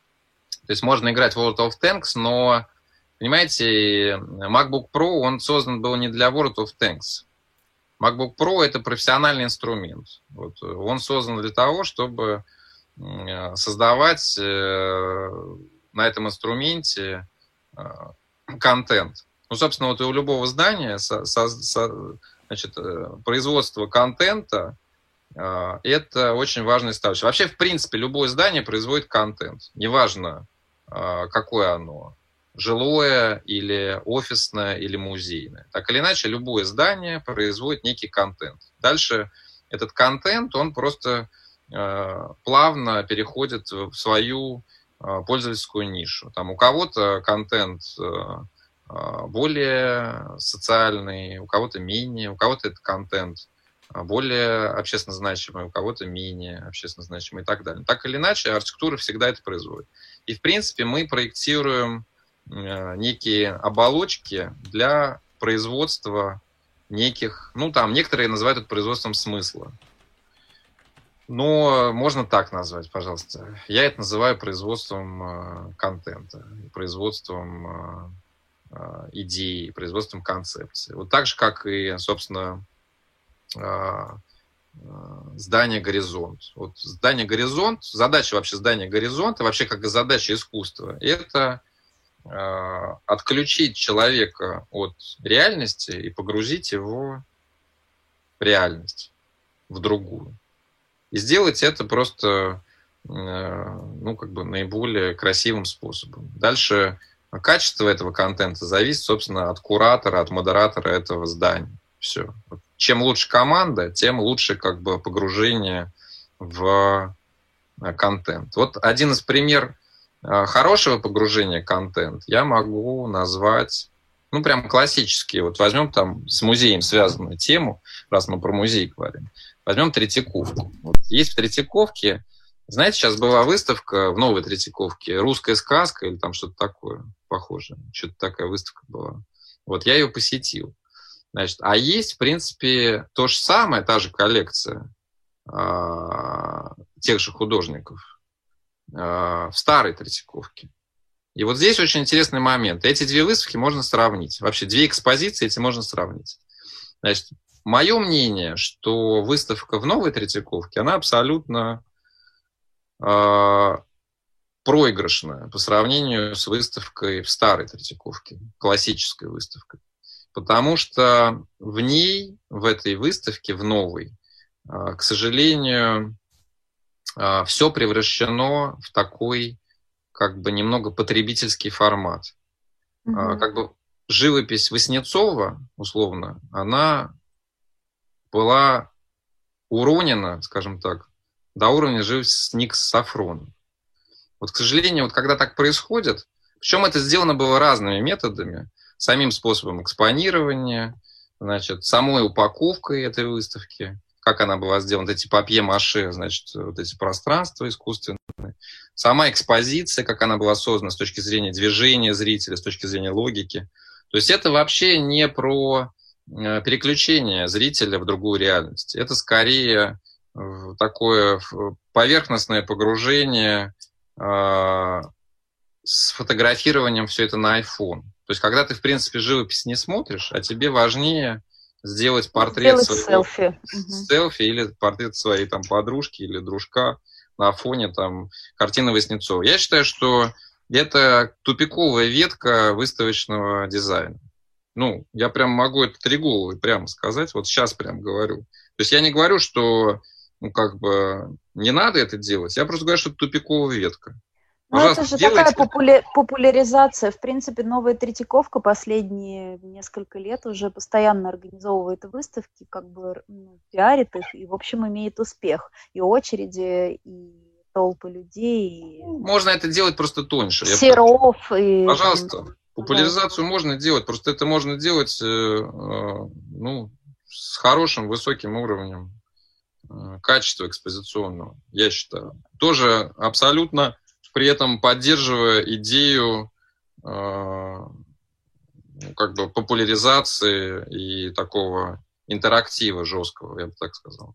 То есть можно играть в World of Tanks, но, понимаете, MacBook Pro, он создан был не для World of Tanks. MacBook Pro – это профессиональный инструмент. Вот. Он создан для того, чтобы м, создавать э, на этом инструменте э, контент. Ну, собственно, вот и у любого здания со- со- со- значит, э, производство контента э, – это очень важная составляющая. Вообще, в принципе, любое здание производит контент. Неважно, э, какое оно. Жилое или офисное или музейное. Так или иначе, любое здание производит некий контент. Дальше этот контент, он просто э, плавно переходит в свою э, пользовательскую нишу. Там у кого-то контент э, более социальный, у кого-то менее, у кого-то это контент более общественно значимый, у кого-то менее общественно значимый и так далее. Так или иначе, архитектура всегда это производит. И, в принципе, мы проектируем некие оболочки для производства неких, ну, там, некоторые называют это производством смысла. Но можно так назвать, пожалуйста. Я это называю производством э, контента, производством э, э, идеи, производством концепции. Вот так же, как и, собственно, э, э, здание «Горизонт». Вот здание «Горизонт», задача вообще здания «Горизонт», и вообще как и задача искусства, это отключить человека от реальности и погрузить его в реальность, в другую. И сделать это просто ну, как бы наиболее красивым способом. Дальше качество этого контента зависит, собственно, от куратора, от модератора этого здания. Все. Чем лучше команда, тем лучше как бы погружение в контент. Вот один из примеров хорошего погружения в контент я могу назвать, ну, прям классические. Вот возьмем там с музеем связанную тему, раз мы про музей говорим. Возьмем Третьяковку. Вот есть в Третьяковке, знаете, сейчас была выставка в новой Третьяковке «Русская сказка» или там что-то такое похожее. Что-то такая выставка была. Вот я ее посетил. Значит, а есть, в принципе, то же самое, та же коллекция а, тех же художников в старой Третьяковке. И вот здесь очень интересный момент. Эти две выставки можно сравнить. Вообще, две экспозиции эти можно сравнить. Значит, мое мнение, что выставка в новой Третьяковке, она абсолютно э, проигрышная по сравнению с выставкой в старой Третьяковке, классической выставкой. Потому что в ней, в этой выставке, в новой, э, к сожалению, все превращено в такой, как бы, немного потребительский формат. Mm-hmm. Как бы живопись Васнецова, условно, она была уронена, скажем так, до уровня живописи Никса Сафрона. Вот, к сожалению, вот когда так происходит, причем это сделано было разными методами, самим способом экспонирования, значит, самой упаковкой этой выставки, как она была сделана, эти папье-маше, значит, вот эти пространства искусственные, сама экспозиция, как она была создана с точки зрения движения зрителя, с точки зрения логики. То есть это вообще не про переключение зрителя в другую реальность. Это скорее такое поверхностное погружение э, с фотографированием все это на iPhone. То есть когда ты, в принципе, живопись не смотришь, а тебе важнее сделать портрет Сделать своего, селфи. селфи или портрет своей там подружки или дружка на фоне там картины Васнецова. Я считаю, что это тупиковая ветка выставочного дизайна. Ну, я прям могу это три головы прямо сказать, вот сейчас прям говорю. То есть я не говорю, что ну, как бы не надо это делать, я просто говорю, что это тупиковая ветка. Ну, это же делайте. Такая популя- популяризация. В принципе, новая Третьяковка последние несколько лет уже постоянно организовывает выставки, как бы ну, пиарит их, и, в общем, имеет успех. И очереди, и толпы людей. И... Можно это делать просто тоньше. Серов. И, Пожалуйста, там, популяризацию да. можно делать, просто это можно делать э, э, ну, с хорошим, высоким уровнем э, качества экспозиционного, я считаю. Тоже абсолютно... при этом поддерживая идею э, как бы популяризации и такого интерактива жесткого, я бы так сказал.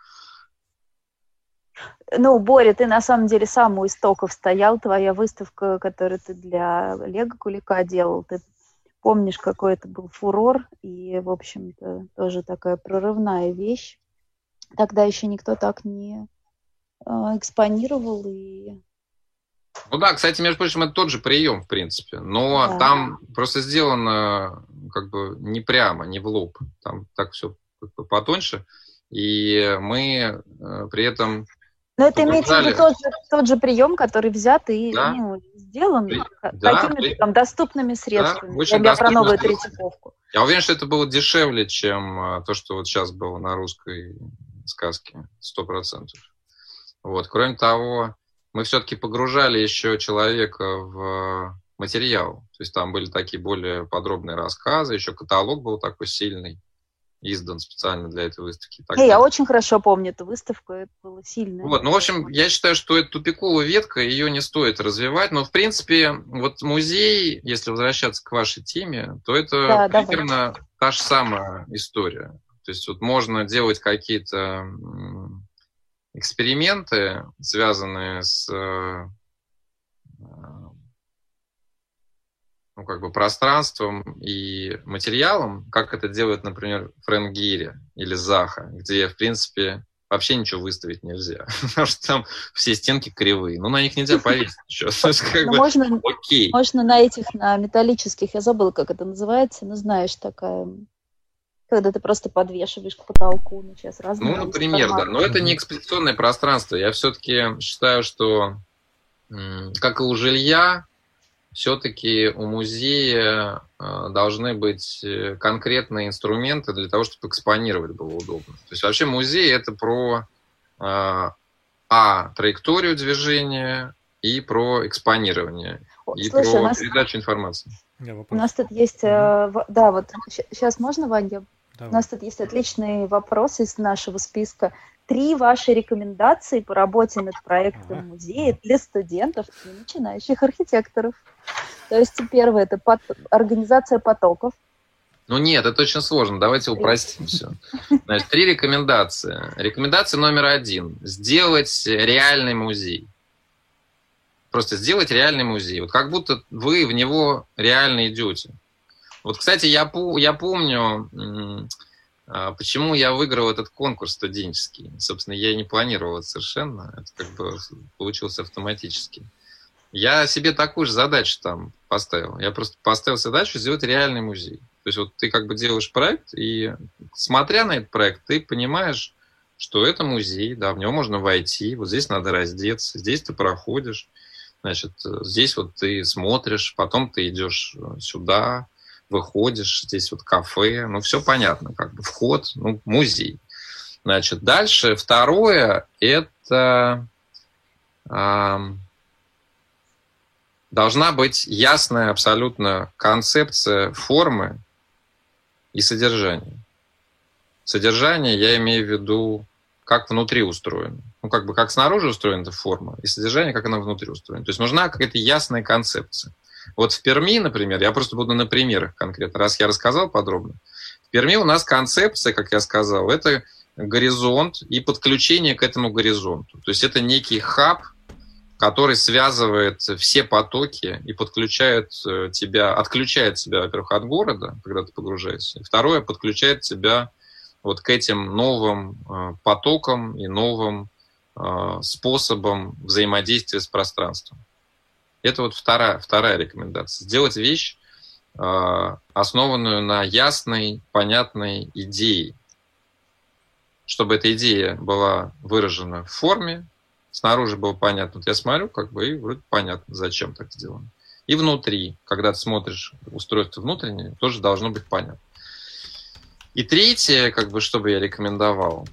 Ну, Боря, ты на самом деле сам у истоков стоял. Твоя выставка, которую ты для Лего Кулика делал, ты помнишь, какой это был фурор, и, в общем-то, тоже такая прорывная вещь. Тогда еще никто так не э, экспонировал и... Ну да, кстати, между прочим, это тот же прием, в принципе, но да. там просто сделано как бы не прямо, не в лоб, там так все потоньше, и мы при этом... Но это имеется в виду тот же, тот же прием, который взят и да. ну, сделан при... какими-то да, там доступными средствами. Да, очень я про новую Третьяковку. Я уверен, что это было дешевле, чем то, что вот сейчас было на русской сказке, сто процентов. Вот. Кроме того, мы все-таки погружали еще человека в материал. То есть там были такие более подробные рассказы, еще каталог был такой сильный, издан специально для этой выставки. Hey, я очень хорошо помню эту выставку, это было сильно. Вот, ну, в общем, я считаю, что это тупиковая ветка, ее не стоит развивать, но, в принципе, вот музей, если возвращаться к вашей теме, то это да, примерно давай. та же самая история. То есть вот можно делать какие-то... эксперименты, связанные с ну, как бы пространством и материалом, как это делает, например, Фрэнк Гири или Заха, где, в принципе, вообще ничего выставить нельзя, потому что там все стенки кривые, ну, на них нельзя повесить ничего. Можно, можно на этих, на металлических, я забыла, как это называется, ну, знаешь, такая... когда ты просто подвешиваешь к потолку, ну, сейчас разные. Ну, например, форматы. Да. Но это не экспозиционное пространство. Я все-таки считаю, что, как и у жилья, все-таки у музея должны быть конкретные инструменты для того, чтобы экспонировать было удобно. То есть вообще музей – это про а, траекторию движения и про экспонирование, и Слушай, про нас... передачу информации. У нас тут есть, mm-hmm. да, вот сейчас можно, Ваня? Давай. У нас тут есть отличный вопрос из нашего списка. Три ваши рекомендации по работе над проектом ага. музея для студентов и начинающих архитекторов. То есть первое – это пот... организация потоков. Ну нет, это очень сложно. Давайте упростим все. Значит, три рекомендации. Рекомендация номер один – сделать реальный музей. Просто сделать реальный музей. Вот как будто вы в него реально идете. Вот, кстати, я, я помню, почему я выиграл этот конкурс студенческий. Собственно, я и не планировал это совершенно. Это как бы получилось автоматически. Я себе такую же задачу там поставил. Я просто поставил задачу сделать реальный музей. То есть вот ты как бы делаешь проект, и смотря на этот проект, ты понимаешь, что это музей, да, в него можно войти, вот здесь надо раздеться, здесь ты проходишь. Значит, здесь вот ты смотришь, потом ты идешь сюда, выходишь, здесь вот кафе, ну, все понятно, как бы вход, ну, музей. Значит, дальше второе, это, э, должна быть ясная абсолютно концепция формы и содержания. Содержание я имею в виду, как внутри устроено. Ну, как бы как снаружи устроена эта форма, и содержание, как она внутри устроена. То есть нужна какая-то ясная концепция. Вот в Перми, например, я просто буду на примерах конкретно, раз я рассказал подробно. В Перми у нас концепция, как я сказал, это горизонт и подключение к этому горизонту. То есть это некий хаб, который связывает все потоки и подключает тебя, отключает тебя, во-первых, от города, когда ты погружаешься, и второе, подключает тебя вот к этим новым э, потокам и новым э, способам взаимодействия с пространством. Это вот вторая, вторая рекомендация. Сделать вещь, э, основанную на ясной, понятной идее, чтобы эта идея была выражена в форме, снаружи было понятно. Вот я смотрю, как бы, и вроде понятно, зачем так сделано. И внутри, когда ты смотришь устройство внутреннее, тоже должно быть понятно. И третье, как бы, что бы я рекомендовал,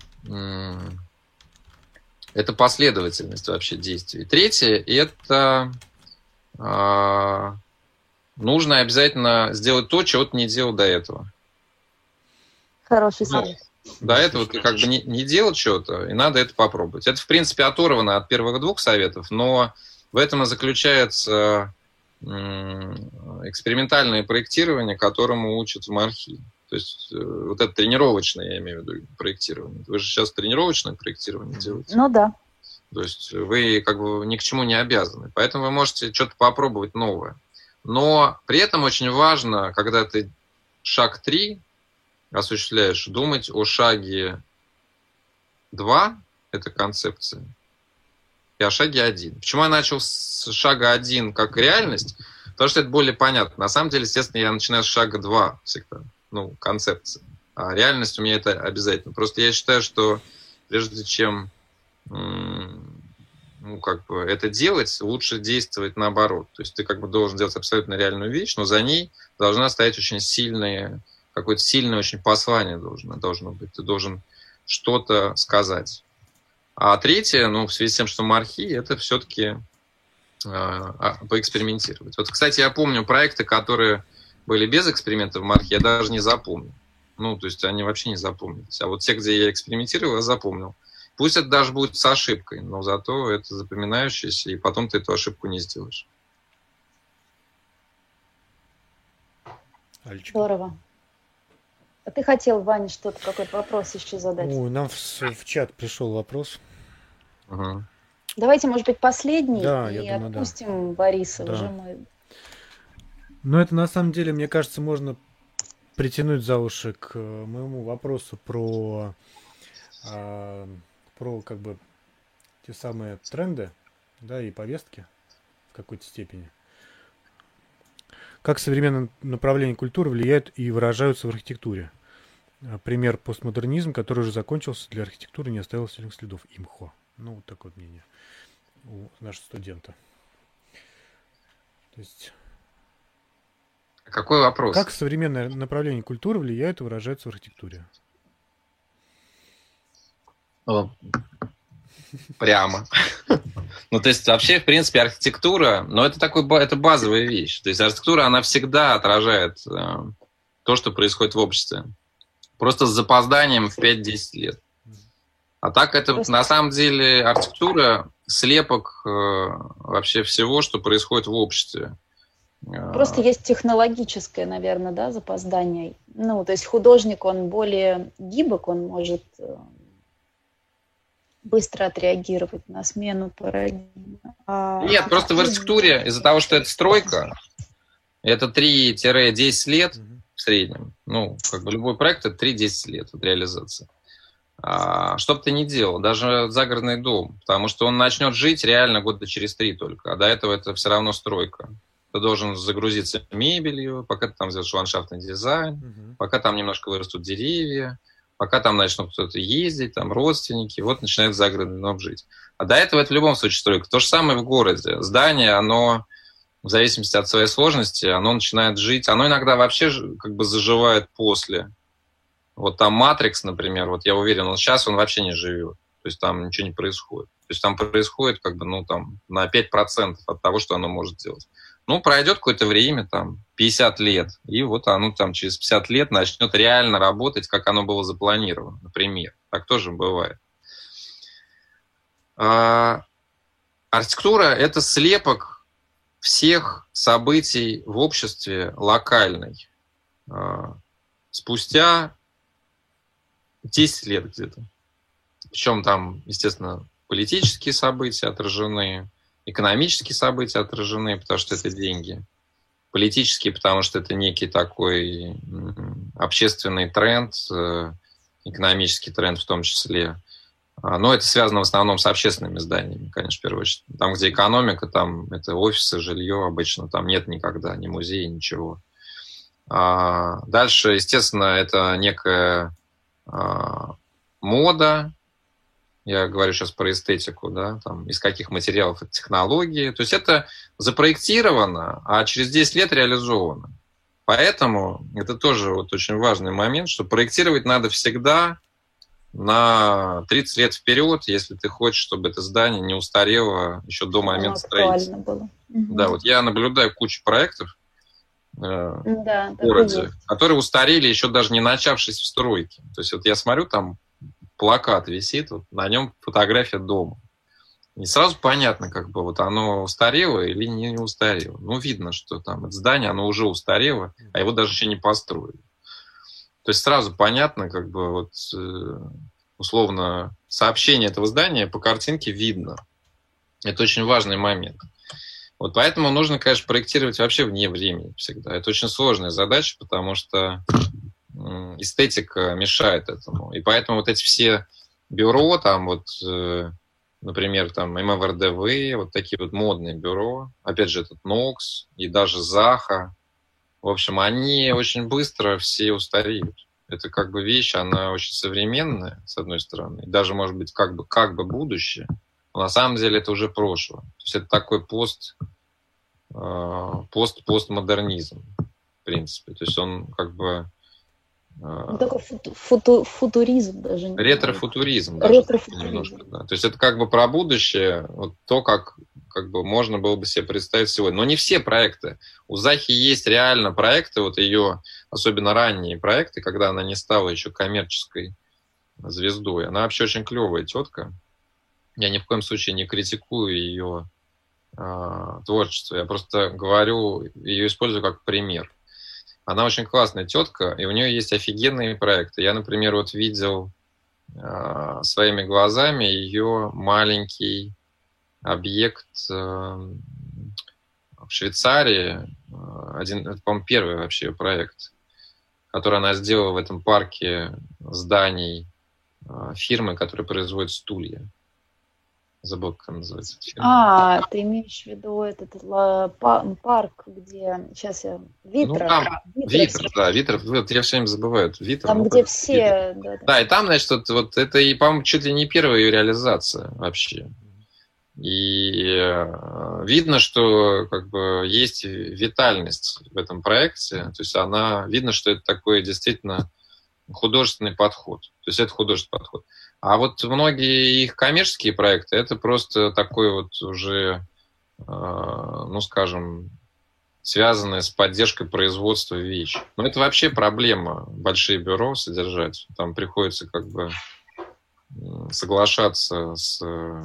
это последовательность вообще действий. Третье, это э, нужно обязательно сделать то, чего ты не делал до этого. Хороший совет. До этого ты как бы не, не делал чего-то, и надо это попробовать. Это, в принципе, оторвано от первых двух советов, но в этом и заключается экспериментальное проектирование, которому учат в МАРХИ. То есть вот это тренировочное, я имею в виду, проектирование. Вы же сейчас тренировочное проектирование делаете. Ну да. То есть вы как бы ни к чему не обязаны. Поэтому вы можете что-то попробовать новое. Но при этом очень важно, когда ты шаг три осуществляешь, думать о шаге два, это концепция, и о шаге один. Почему я начал с шага один как реальность? Потому что это более понятно. На самом деле, естественно, я начинаю с шага два всегда. Ну, концепция. А реальность у меня это обязательно. Просто я считаю, что прежде чем ну, как бы это делать, лучше действовать наоборот. То есть ты как бы должен делать абсолютно реальную вещь, но за ней должна стоять очень сильное, какое-то сильное очень послание должно, должно быть. Ты должен что-то сказать. А третье, ну, в связи с тем, что МАРХИ, это все-таки э, поэкспериментировать. Вот, кстати, я помню проекты, которые были без экспериментов в МАРХИ, я даже не запомнил. Ну, то есть они вообще не запомнились. А вот те, где я экспериментировал, я запомнил. Пусть это даже будет с ошибкой, но зато это запоминающееся, и потом ты эту ошибку не сделаешь. Алечка. Здорово. А ты хотел, Ваня, что-то, какой-то вопрос еще задать? Ой, нам в, в чат пришел вопрос. Угу. Давайте, может быть, последний, Да, и я думаю, отпустим да. Бориса. Да. Уже мы... Но это на самом деле, мне кажется, можно притянуть за уши к моему вопросу про, а, про как бы те самые тренды, да, и повестки в какой-то степени. Как современные направления культуры влияют и выражаются в архитектуре. Пример постмодернизм, который уже закончился, для архитектуры не оставил сильных следов. Имхо. Ну, вот такое мнение у нашего студента. То есть... Какой вопрос? Как современное направление культуры влияет и выражается в архитектуре? О, прямо. Ну, то есть, вообще, в принципе, архитектура, но это такой, это базовая вещь. То есть, архитектура, она всегда отражает э, то, что происходит в обществе. Просто с запозданием в пять-десять лет. А так, это Просто... на самом деле архитектура слепок э, вообще всего, что происходит в обществе. Просто есть технологическое, наверное, да, запоздание. Ну, то есть художник, он более гибок, он может быстро отреагировать на смену парадигмы. А... Нет, просто в архитектуре, из-за того, что это стройка, это три-десять лет в среднем. Ну, как бы любой проект это три-десять лет от реализации. А, что бы ты ни делал, даже загородный дом, потому что он начнет жить реально года через три только, а до этого это все равно стройка. Ты должен загрузиться мебелью, пока ты там сделаешь ландшафтный дизайн, uh-huh. пока там немножко вырастут деревья, пока там начнут кто-то ездить, там родственники, вот начинает загородный дом жить. А до этого это в любом случае стройка. То же самое в городе. Здание, оно, в зависимости от своей сложности, оно начинает жить. Оно иногда вообще как бы заживает после. Вот там «Матрикс», например, вот я уверен, он сейчас он вообще не живет. То есть там ничего не происходит. То есть там происходит как бы, ну, там, на пять процентов от того, что оно может делать. Ну, пройдет какое-то время, там, пятьдесят лет, и вот оно там через пятьдесят лет начнет реально работать, как оно было запланировано, например. Так тоже бывает. А, архитектура – это слепок всех событий в обществе локальной. А, спустя десять лет где-то. Причем там, естественно, политические события отражены, экономические события отражены, потому что это деньги. Политические, потому что это некий такой общественный тренд, экономический тренд в том числе. Но это связано в основном с общественными зданиями, конечно, в первую очередь. Там, где экономика, там это офисы, жилье обычно, там нет никогда ни музея, ничего. Дальше, естественно, это некая мода. Я говорю сейчас про эстетику, да, там, из каких материалов это технологии. То есть это запроектировано, а через десять лет реализовано. Поэтому это тоже вот очень важный момент, что проектировать надо всегда на тридцать лет вперед, если ты хочешь, чтобы это здание не устарело еще до момента строительства. Было. Да, вот я наблюдаю кучу проектов э, да, в городе, которые устарели еще даже не начавшись в стройке. То есть вот я смотрю, там плакат висит, вот, на нем фотография дома. И сразу понятно, как бы вот оно устарело или не устарело. Ну, видно, что там это здание, оно уже устарело, а его даже еще не построили. То есть сразу понятно, как бы вот условно сообщение этого здания по картинке видно. Это очень важный момент. Вот поэтому нужно, конечно, проектировать вообще вне времени всегда. Это очень сложная задача, потому что эстетика мешает этому. И поэтому вот эти все бюро, там вот, например, там эм эф эр дэ вэ, вот такие вот модные бюро, опять же, этот нокс и даже Заха, в общем, они очень быстро все устареют. Это как бы вещь, она очень современная, с одной стороны, даже, может быть, как бы, как бы будущее, но на самом деле это уже прошлое. То есть это такой пост, пост, постмодернизм, в принципе. То есть он как бы... Ну, такой футу, футу, футуризм даже. Ретрофутуризм. Даже Ретрофутуризм. Немножко, да. То есть это как бы про будущее, вот то, как, как бы можно было бы себе представить сегодня. Но не все проекты. У Захи есть реально проекты, вот ее, особенно ранние проекты, когда она не стала еще коммерческой звездой. Она вообще очень клевая тетка. Я ни в коем случае не критикую ее э, творчество. Я просто говорю, ее использую как пример. Она очень классная тетка, и у нее есть офигенные проекты. Я, например, вот видел э, своими глазами ее маленький объект э, в Швейцарии. Один, это, по-моему, первый вообще ее проект, который она сделала в этом парке зданий э, фирмы, которая производит стулья. Забыл, как называется. А, ты имеешь в виду этот парк, где сейчас я... Витра. Ну, там, Витра, да, Витра, вот я все время забываю. Витра, там, ну, где все... Да, да. да, и там, значит, вот, вот это, и, по-моему, чуть ли не первая ее реализация вообще. И э, видно, что как бы есть витальность в этом проекте. То есть она... Видно, что это такой действительно художественный подход. То есть это художественный подход. А вот многие их коммерческие проекты, это просто такой вот уже, э, ну, скажем, связанная с поддержкой производства вещь. Но это вообще проблема большие бюро содержать. Там приходится как бы соглашаться с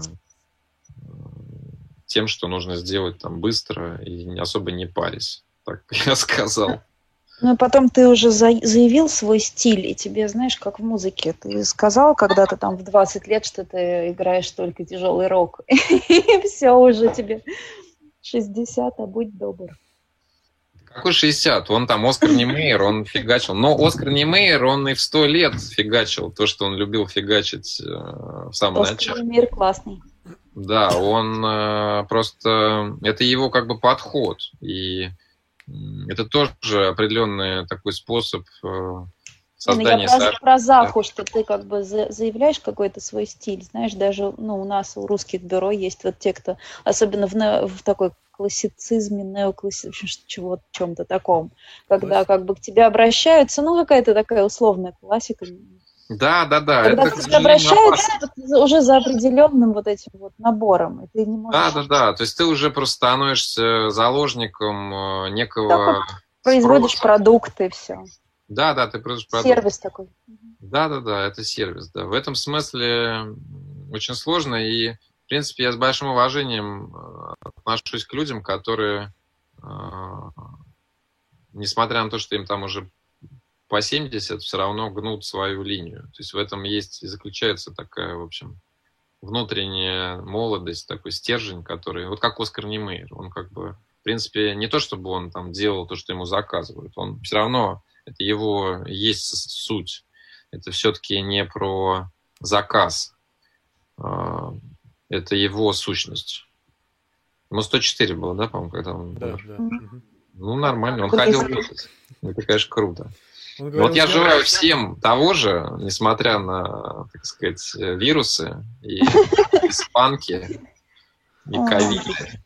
тем, что нужно сделать там быстро и особо не парясь. Так я сказал. Ну и потом ты уже заявил свой стиль, и тебе, знаешь, как в музыке. Ты сказал когда-то там в двадцать лет, что ты играешь только тяжелый рок. И все, уже тебе шестьдесят, а будь добр. Какой шестьдесят? Он там Оскар Немейер, он фигачил. Но Оскар Немейер, он и в сто лет фигачил то, что он любил фигачить в самом начале. Оскар Немейер классный. Да, он просто... Это его как бы подход. И это тоже определенный такой способ создания... Я про, про Заху, что ты как бы заявляешь какой-то свой стиль. Знаешь, даже ну, у нас, у русских бюро есть вот те, кто... Особенно в, в такой классицизме, неоклассицизме, чего-то, чем-то таком. Когда как бы к тебе обращаются, ну, какая-то такая условная классика. Да, да, да. Когда это, к тебе обращаются уже за определенным вот этим вот набором, и ты не можешь... Да, да, да. То есть ты уже просто становишься заложником некого... Производишь спроса. Продукты, все. Да, да, ты производишь продукты. Сервис такой. Да, да, да, это сервис, да. В этом смысле очень сложно, и, в принципе, я с большим уважением отношусь к людям, которые, несмотря на то, что им там уже по семьдесят, все равно гнут свою линию. То есть в этом есть и заключается такая, в общем, внутренняя молодость, такой стержень, который, вот как Оскар Немейер, он как бы, в принципе, не то, чтобы он там делал то, что ему заказывают, он все равно, это его есть суть. Это все-таки не про заказ, это его сущность. Ему сто четыре было, да, по-моему, когда он Да, умер? да. Ну, нормально, он ходил в офис. Это, конечно, круто. Он говорил, Вот я что- желаю всем того же, несмотря на, так сказать, вирусы и испанки, и ковиды.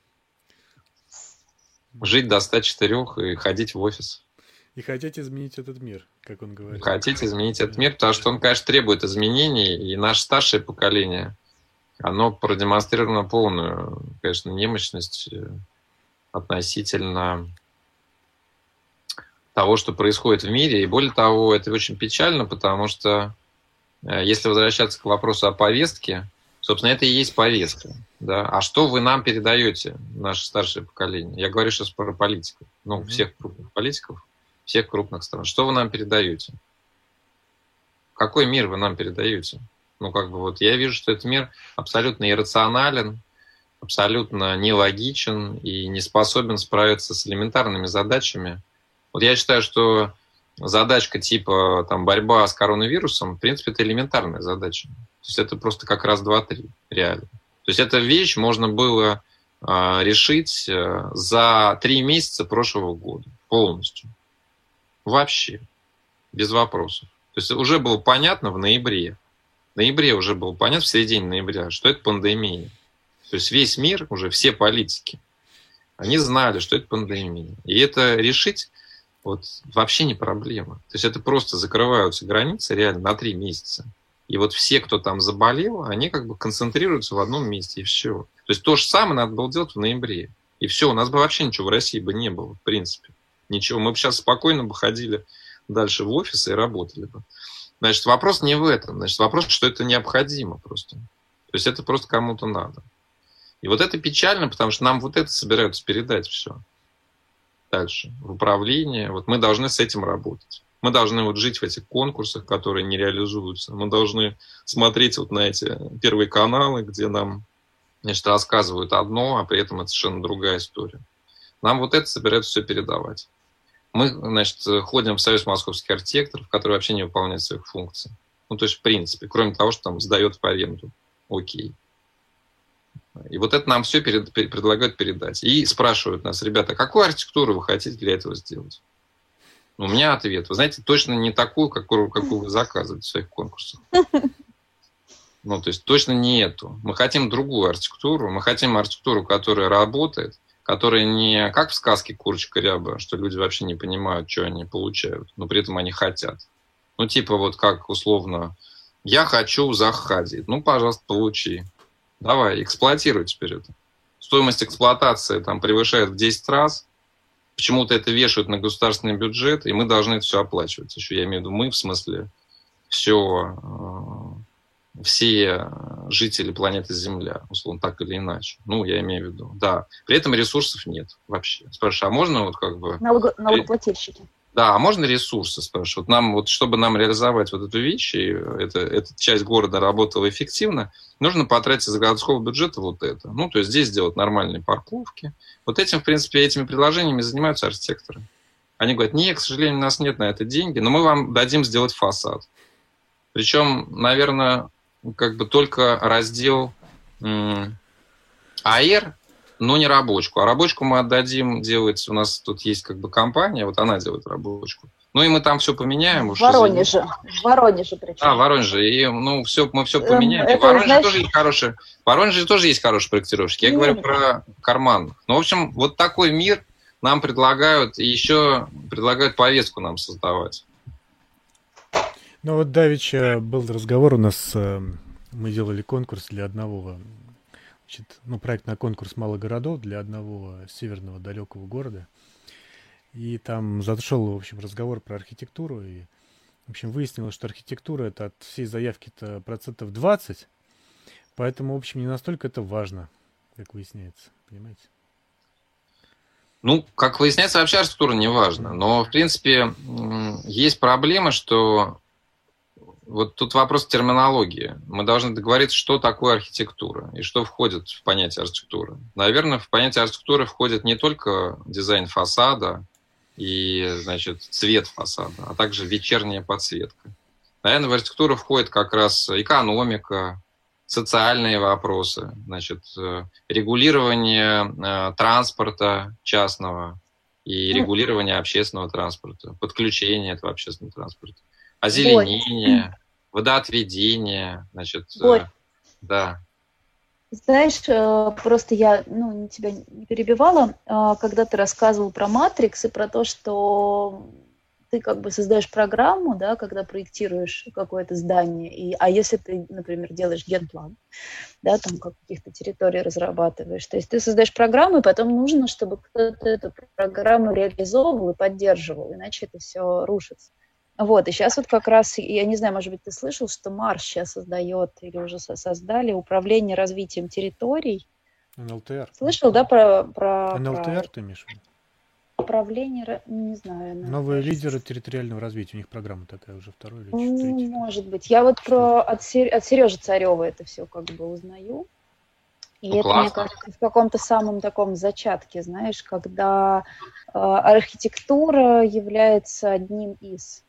Жить до ста четырёх и ходить в офис. И хотеть изменить этот мир, как он говорит. Хотеть изменить этот мир, потому что он, конечно, требует изменений, и наше старшее поколение, оно продемонстрировало полную, конечно, немощность относительно того, что происходит в мире. И более того, это очень печально, потому что, если возвращаться к вопросу о повестке, собственно, это и есть повестка. Да? А что вы нам передаете, наше старшее поколение? Я говорю сейчас про политиков, ну, всех крупных политиков, всех крупных стран. Что вы нам передаете? Какой мир вы нам передаете? Ну, как бы вот я вижу, что этот мир абсолютно иррационален, абсолютно нелогичен и не способен справиться с элементарными задачами. Вот я считаю, что задачка типа там, борьба с коронавирусом, в принципе, это элементарная задача. То есть это просто как раз два-три, реально. То есть эту вещь можно было э, решить э, за три месяца прошлого года полностью. Вообще. Без вопросов. То есть уже было понятно в ноябре. В ноябре уже было понятно, в середине ноября, что это пандемия. То есть весь мир, уже все политики, они знали, что это пандемия. И это решить вот, вообще не проблема. То есть это просто закрываются границы реально на три месяца. И вот все, кто там заболел, они как бы концентрируются в одном месте, и все. То есть то же самое надо было делать в ноябре. И все, у нас бы вообще ничего в России бы не было, в принципе. Ничего. Мы бы сейчас спокойно бы ходили дальше в офисы и работали бы. Значит, вопрос не в этом. Значит, вопрос, что это необходимо просто. То есть это просто кому-то надо. И вот это печально, потому что нам вот это собираются передать все. Дальше. В управление. Вот мы должны с этим работать. Мы должны вот жить в этих конкурсах, которые не реализуются. Мы должны смотреть вот на эти первые каналы, где нам, значит, рассказывают одно, а при этом это совершенно другая история. Нам вот это собираются все передавать. Мы, значит, ходим в Союз московских архитекторов, который вообще не выполняет своих функций. Ну, то есть, в принципе, кроме того, что там сдает в аренду. Окей. И вот это нам все перед, предлагают передать. И спрашивают нас, ребята, какую архитектуру вы хотите для этого сделать? У меня ответ. Вы знаете, точно не такую, какую, какую вы заказываете в своих конкурсах. Ну, то есть точно не эту. Мы хотим другую архитектуру. Мы хотим архитектуру, которая работает, которая не как в сказке «Курочка ряба», что люди вообще не понимают, что они получают, но при этом они хотят. Ну, типа вот как условно, я хочу Захади. Ну, пожалуйста, получи. Давай, эксплуатируй теперь это. Стоимость эксплуатации там превышает в десять раз. Почему-то это вешают на государственный бюджет, и мы должны это все оплачивать. Еще я имею в виду мы, в смысле, все, все жители планеты Земля, условно, так или иначе. Ну, я имею в виду, да. При этом ресурсов нет вообще. Спрашиваю, а можно вот как бы... Налого- налогоплательщики. Да, а можно ресурсы, спрашивают? Вот нам, вот, чтобы нам реализовать вот эту вещь, и это, эта часть города работала эффективно, нужно потратить из городского бюджета вот это. Ну, то есть здесь сделать нормальные парковки. Вот этим, в принципе, этими предложениями занимаются архитекторы. Они говорят, нет, к сожалению, у нас нет на это деньги, но мы вам дадим сделать фасад. Причем, наверное, как бы только раздел м- АЭР, но не рабочку. А рабочку мы отдадим делать, у нас тут есть как бы компания, вот она делает рабочку. Ну и мы там все поменяем. В Воронеже. В Воронеже причем. А, в Воронеже. И ну, все, мы все поменяем. Это, в Воронеже знаешь... тоже есть хорошие. В Воронеже тоже есть хорошие проектировщики. Я Нет. говорю про карман. Ну, в общем, вот такой мир нам предлагают, и еще предлагают повестку нам создавать. Ну вот давеча был разговор у нас, э, мы делали конкурс для одного, значит, ну проект на конкурс малых городов для одного северного далекого города. И там зашел, в общем, разговор про архитектуру. И, в общем, выяснилось, что архитектура это от всей заявки-то процентов двадцать. Поэтому, в общем, не настолько это важно, как выясняется. Понимаете? Ну, как выясняется, вообще архитектура не важна. Но, в принципе, есть проблема, что вот тут вопрос терминологии. Мы должны договориться, что такое архитектура и что входит в понятие архитектуры. Наверное, в понятие архитектуры входит не только дизайн фасада и, значит, цвет фасада, а также вечерняя подсветка. Наверное, в архитектуру входит как раз экономика, социальные вопросы, значит, регулирование э, транспорта частного и регулирование общественного транспорта, подключение этого общественного транспорта, озеленение, водоотведение, значит, Борь, э, да. знаешь, э, просто я ну, тебя не перебивала, э, когда ты рассказывал про Матрикс и про то, что ты как бы создаешь программу, да, когда проектируешь какое-то здание, и, а если ты, например, делаешь генплан, да, там как каких-то территорий разрабатываешь, то есть ты создаешь программу, и потом нужно, чтобы кто-то эту программу реализовывал и поддерживал, иначе это все рушится. Вот, и сейчас вот как раз, я не знаю, может быть, ты слышал, что Марс сейчас создает или уже создали управление развитием территорий. эн эл тэ эр. Слышал, да, про... про эн эл тэ эр про ты имеешь в виду? управление, не знаю. Новые лидеры территориального развития. У них программа такая уже второй или Ну, третий. может быть. Я вот про от, Сер... от Сережи Царева это все как бы узнаю. И Ну, это, классно. мне кажется, в каком-то самом таком зачатке, знаешь, когда э, архитектура является одним из.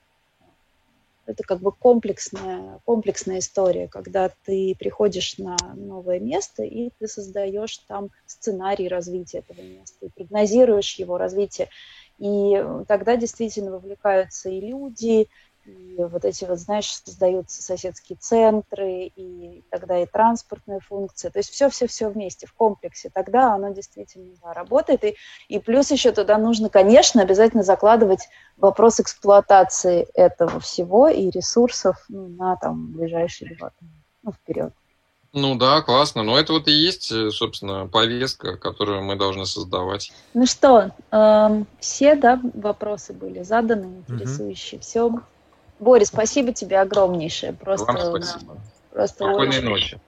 Это как бы комплексная, комплексная история, когда ты приходишь на новое место и ты создаешь там сценарий развития этого места, и прогнозируешь его развитие. И тогда действительно вовлекаются и люди, и вот эти вот, знаешь, создаются соседские центры, и тогда и транспортная функция. То есть все-все-все вместе, в комплексе. Тогда оно действительно да, работает. И, и плюс еще туда нужно, конечно, обязательно закладывать вопрос эксплуатации этого всего и ресурсов ну, на там ближайшие два, ну, вперед. Ну да, классно. Но это вот и есть, собственно, повестка, которую мы должны создавать. Ну что, эм, все, да, вопросы были заданы, интересующие. Угу. Все. Боря, спасибо тебе огромнейшее. Просто, Вам спасибо. Просто Спокойной очень... ночи.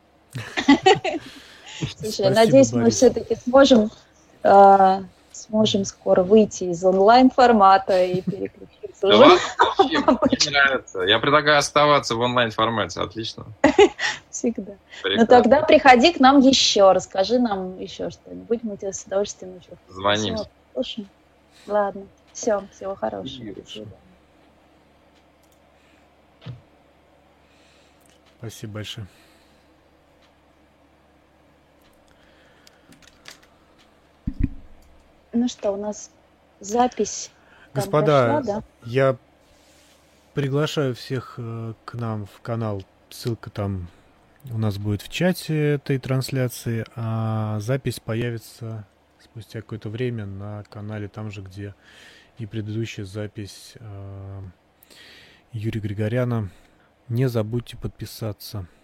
Слушай, надеюсь, мы все-таки сможем, э, сможем скоро выйти из онлайн-формата и переключиться уже. Мне нравится. Я предлагаю оставаться в онлайн-формате. Отлично. Всегда. Ну тогда приходи к нам еще, расскажи нам еще что-нибудь. Мы тебе с удовольствием еще звоним. Слушай. Ладно. Все, всего хорошего. До свидания. Спасибо большое. Ну что, у нас запись. Господа, прошла, да? Я приглашаю всех э, к нам в канал. Ссылка там у нас будет в чате этой трансляции, а запись появится спустя какое-то время на канале там же, где и предыдущая запись э, Юрия Григоряна. Не забудьте подписаться.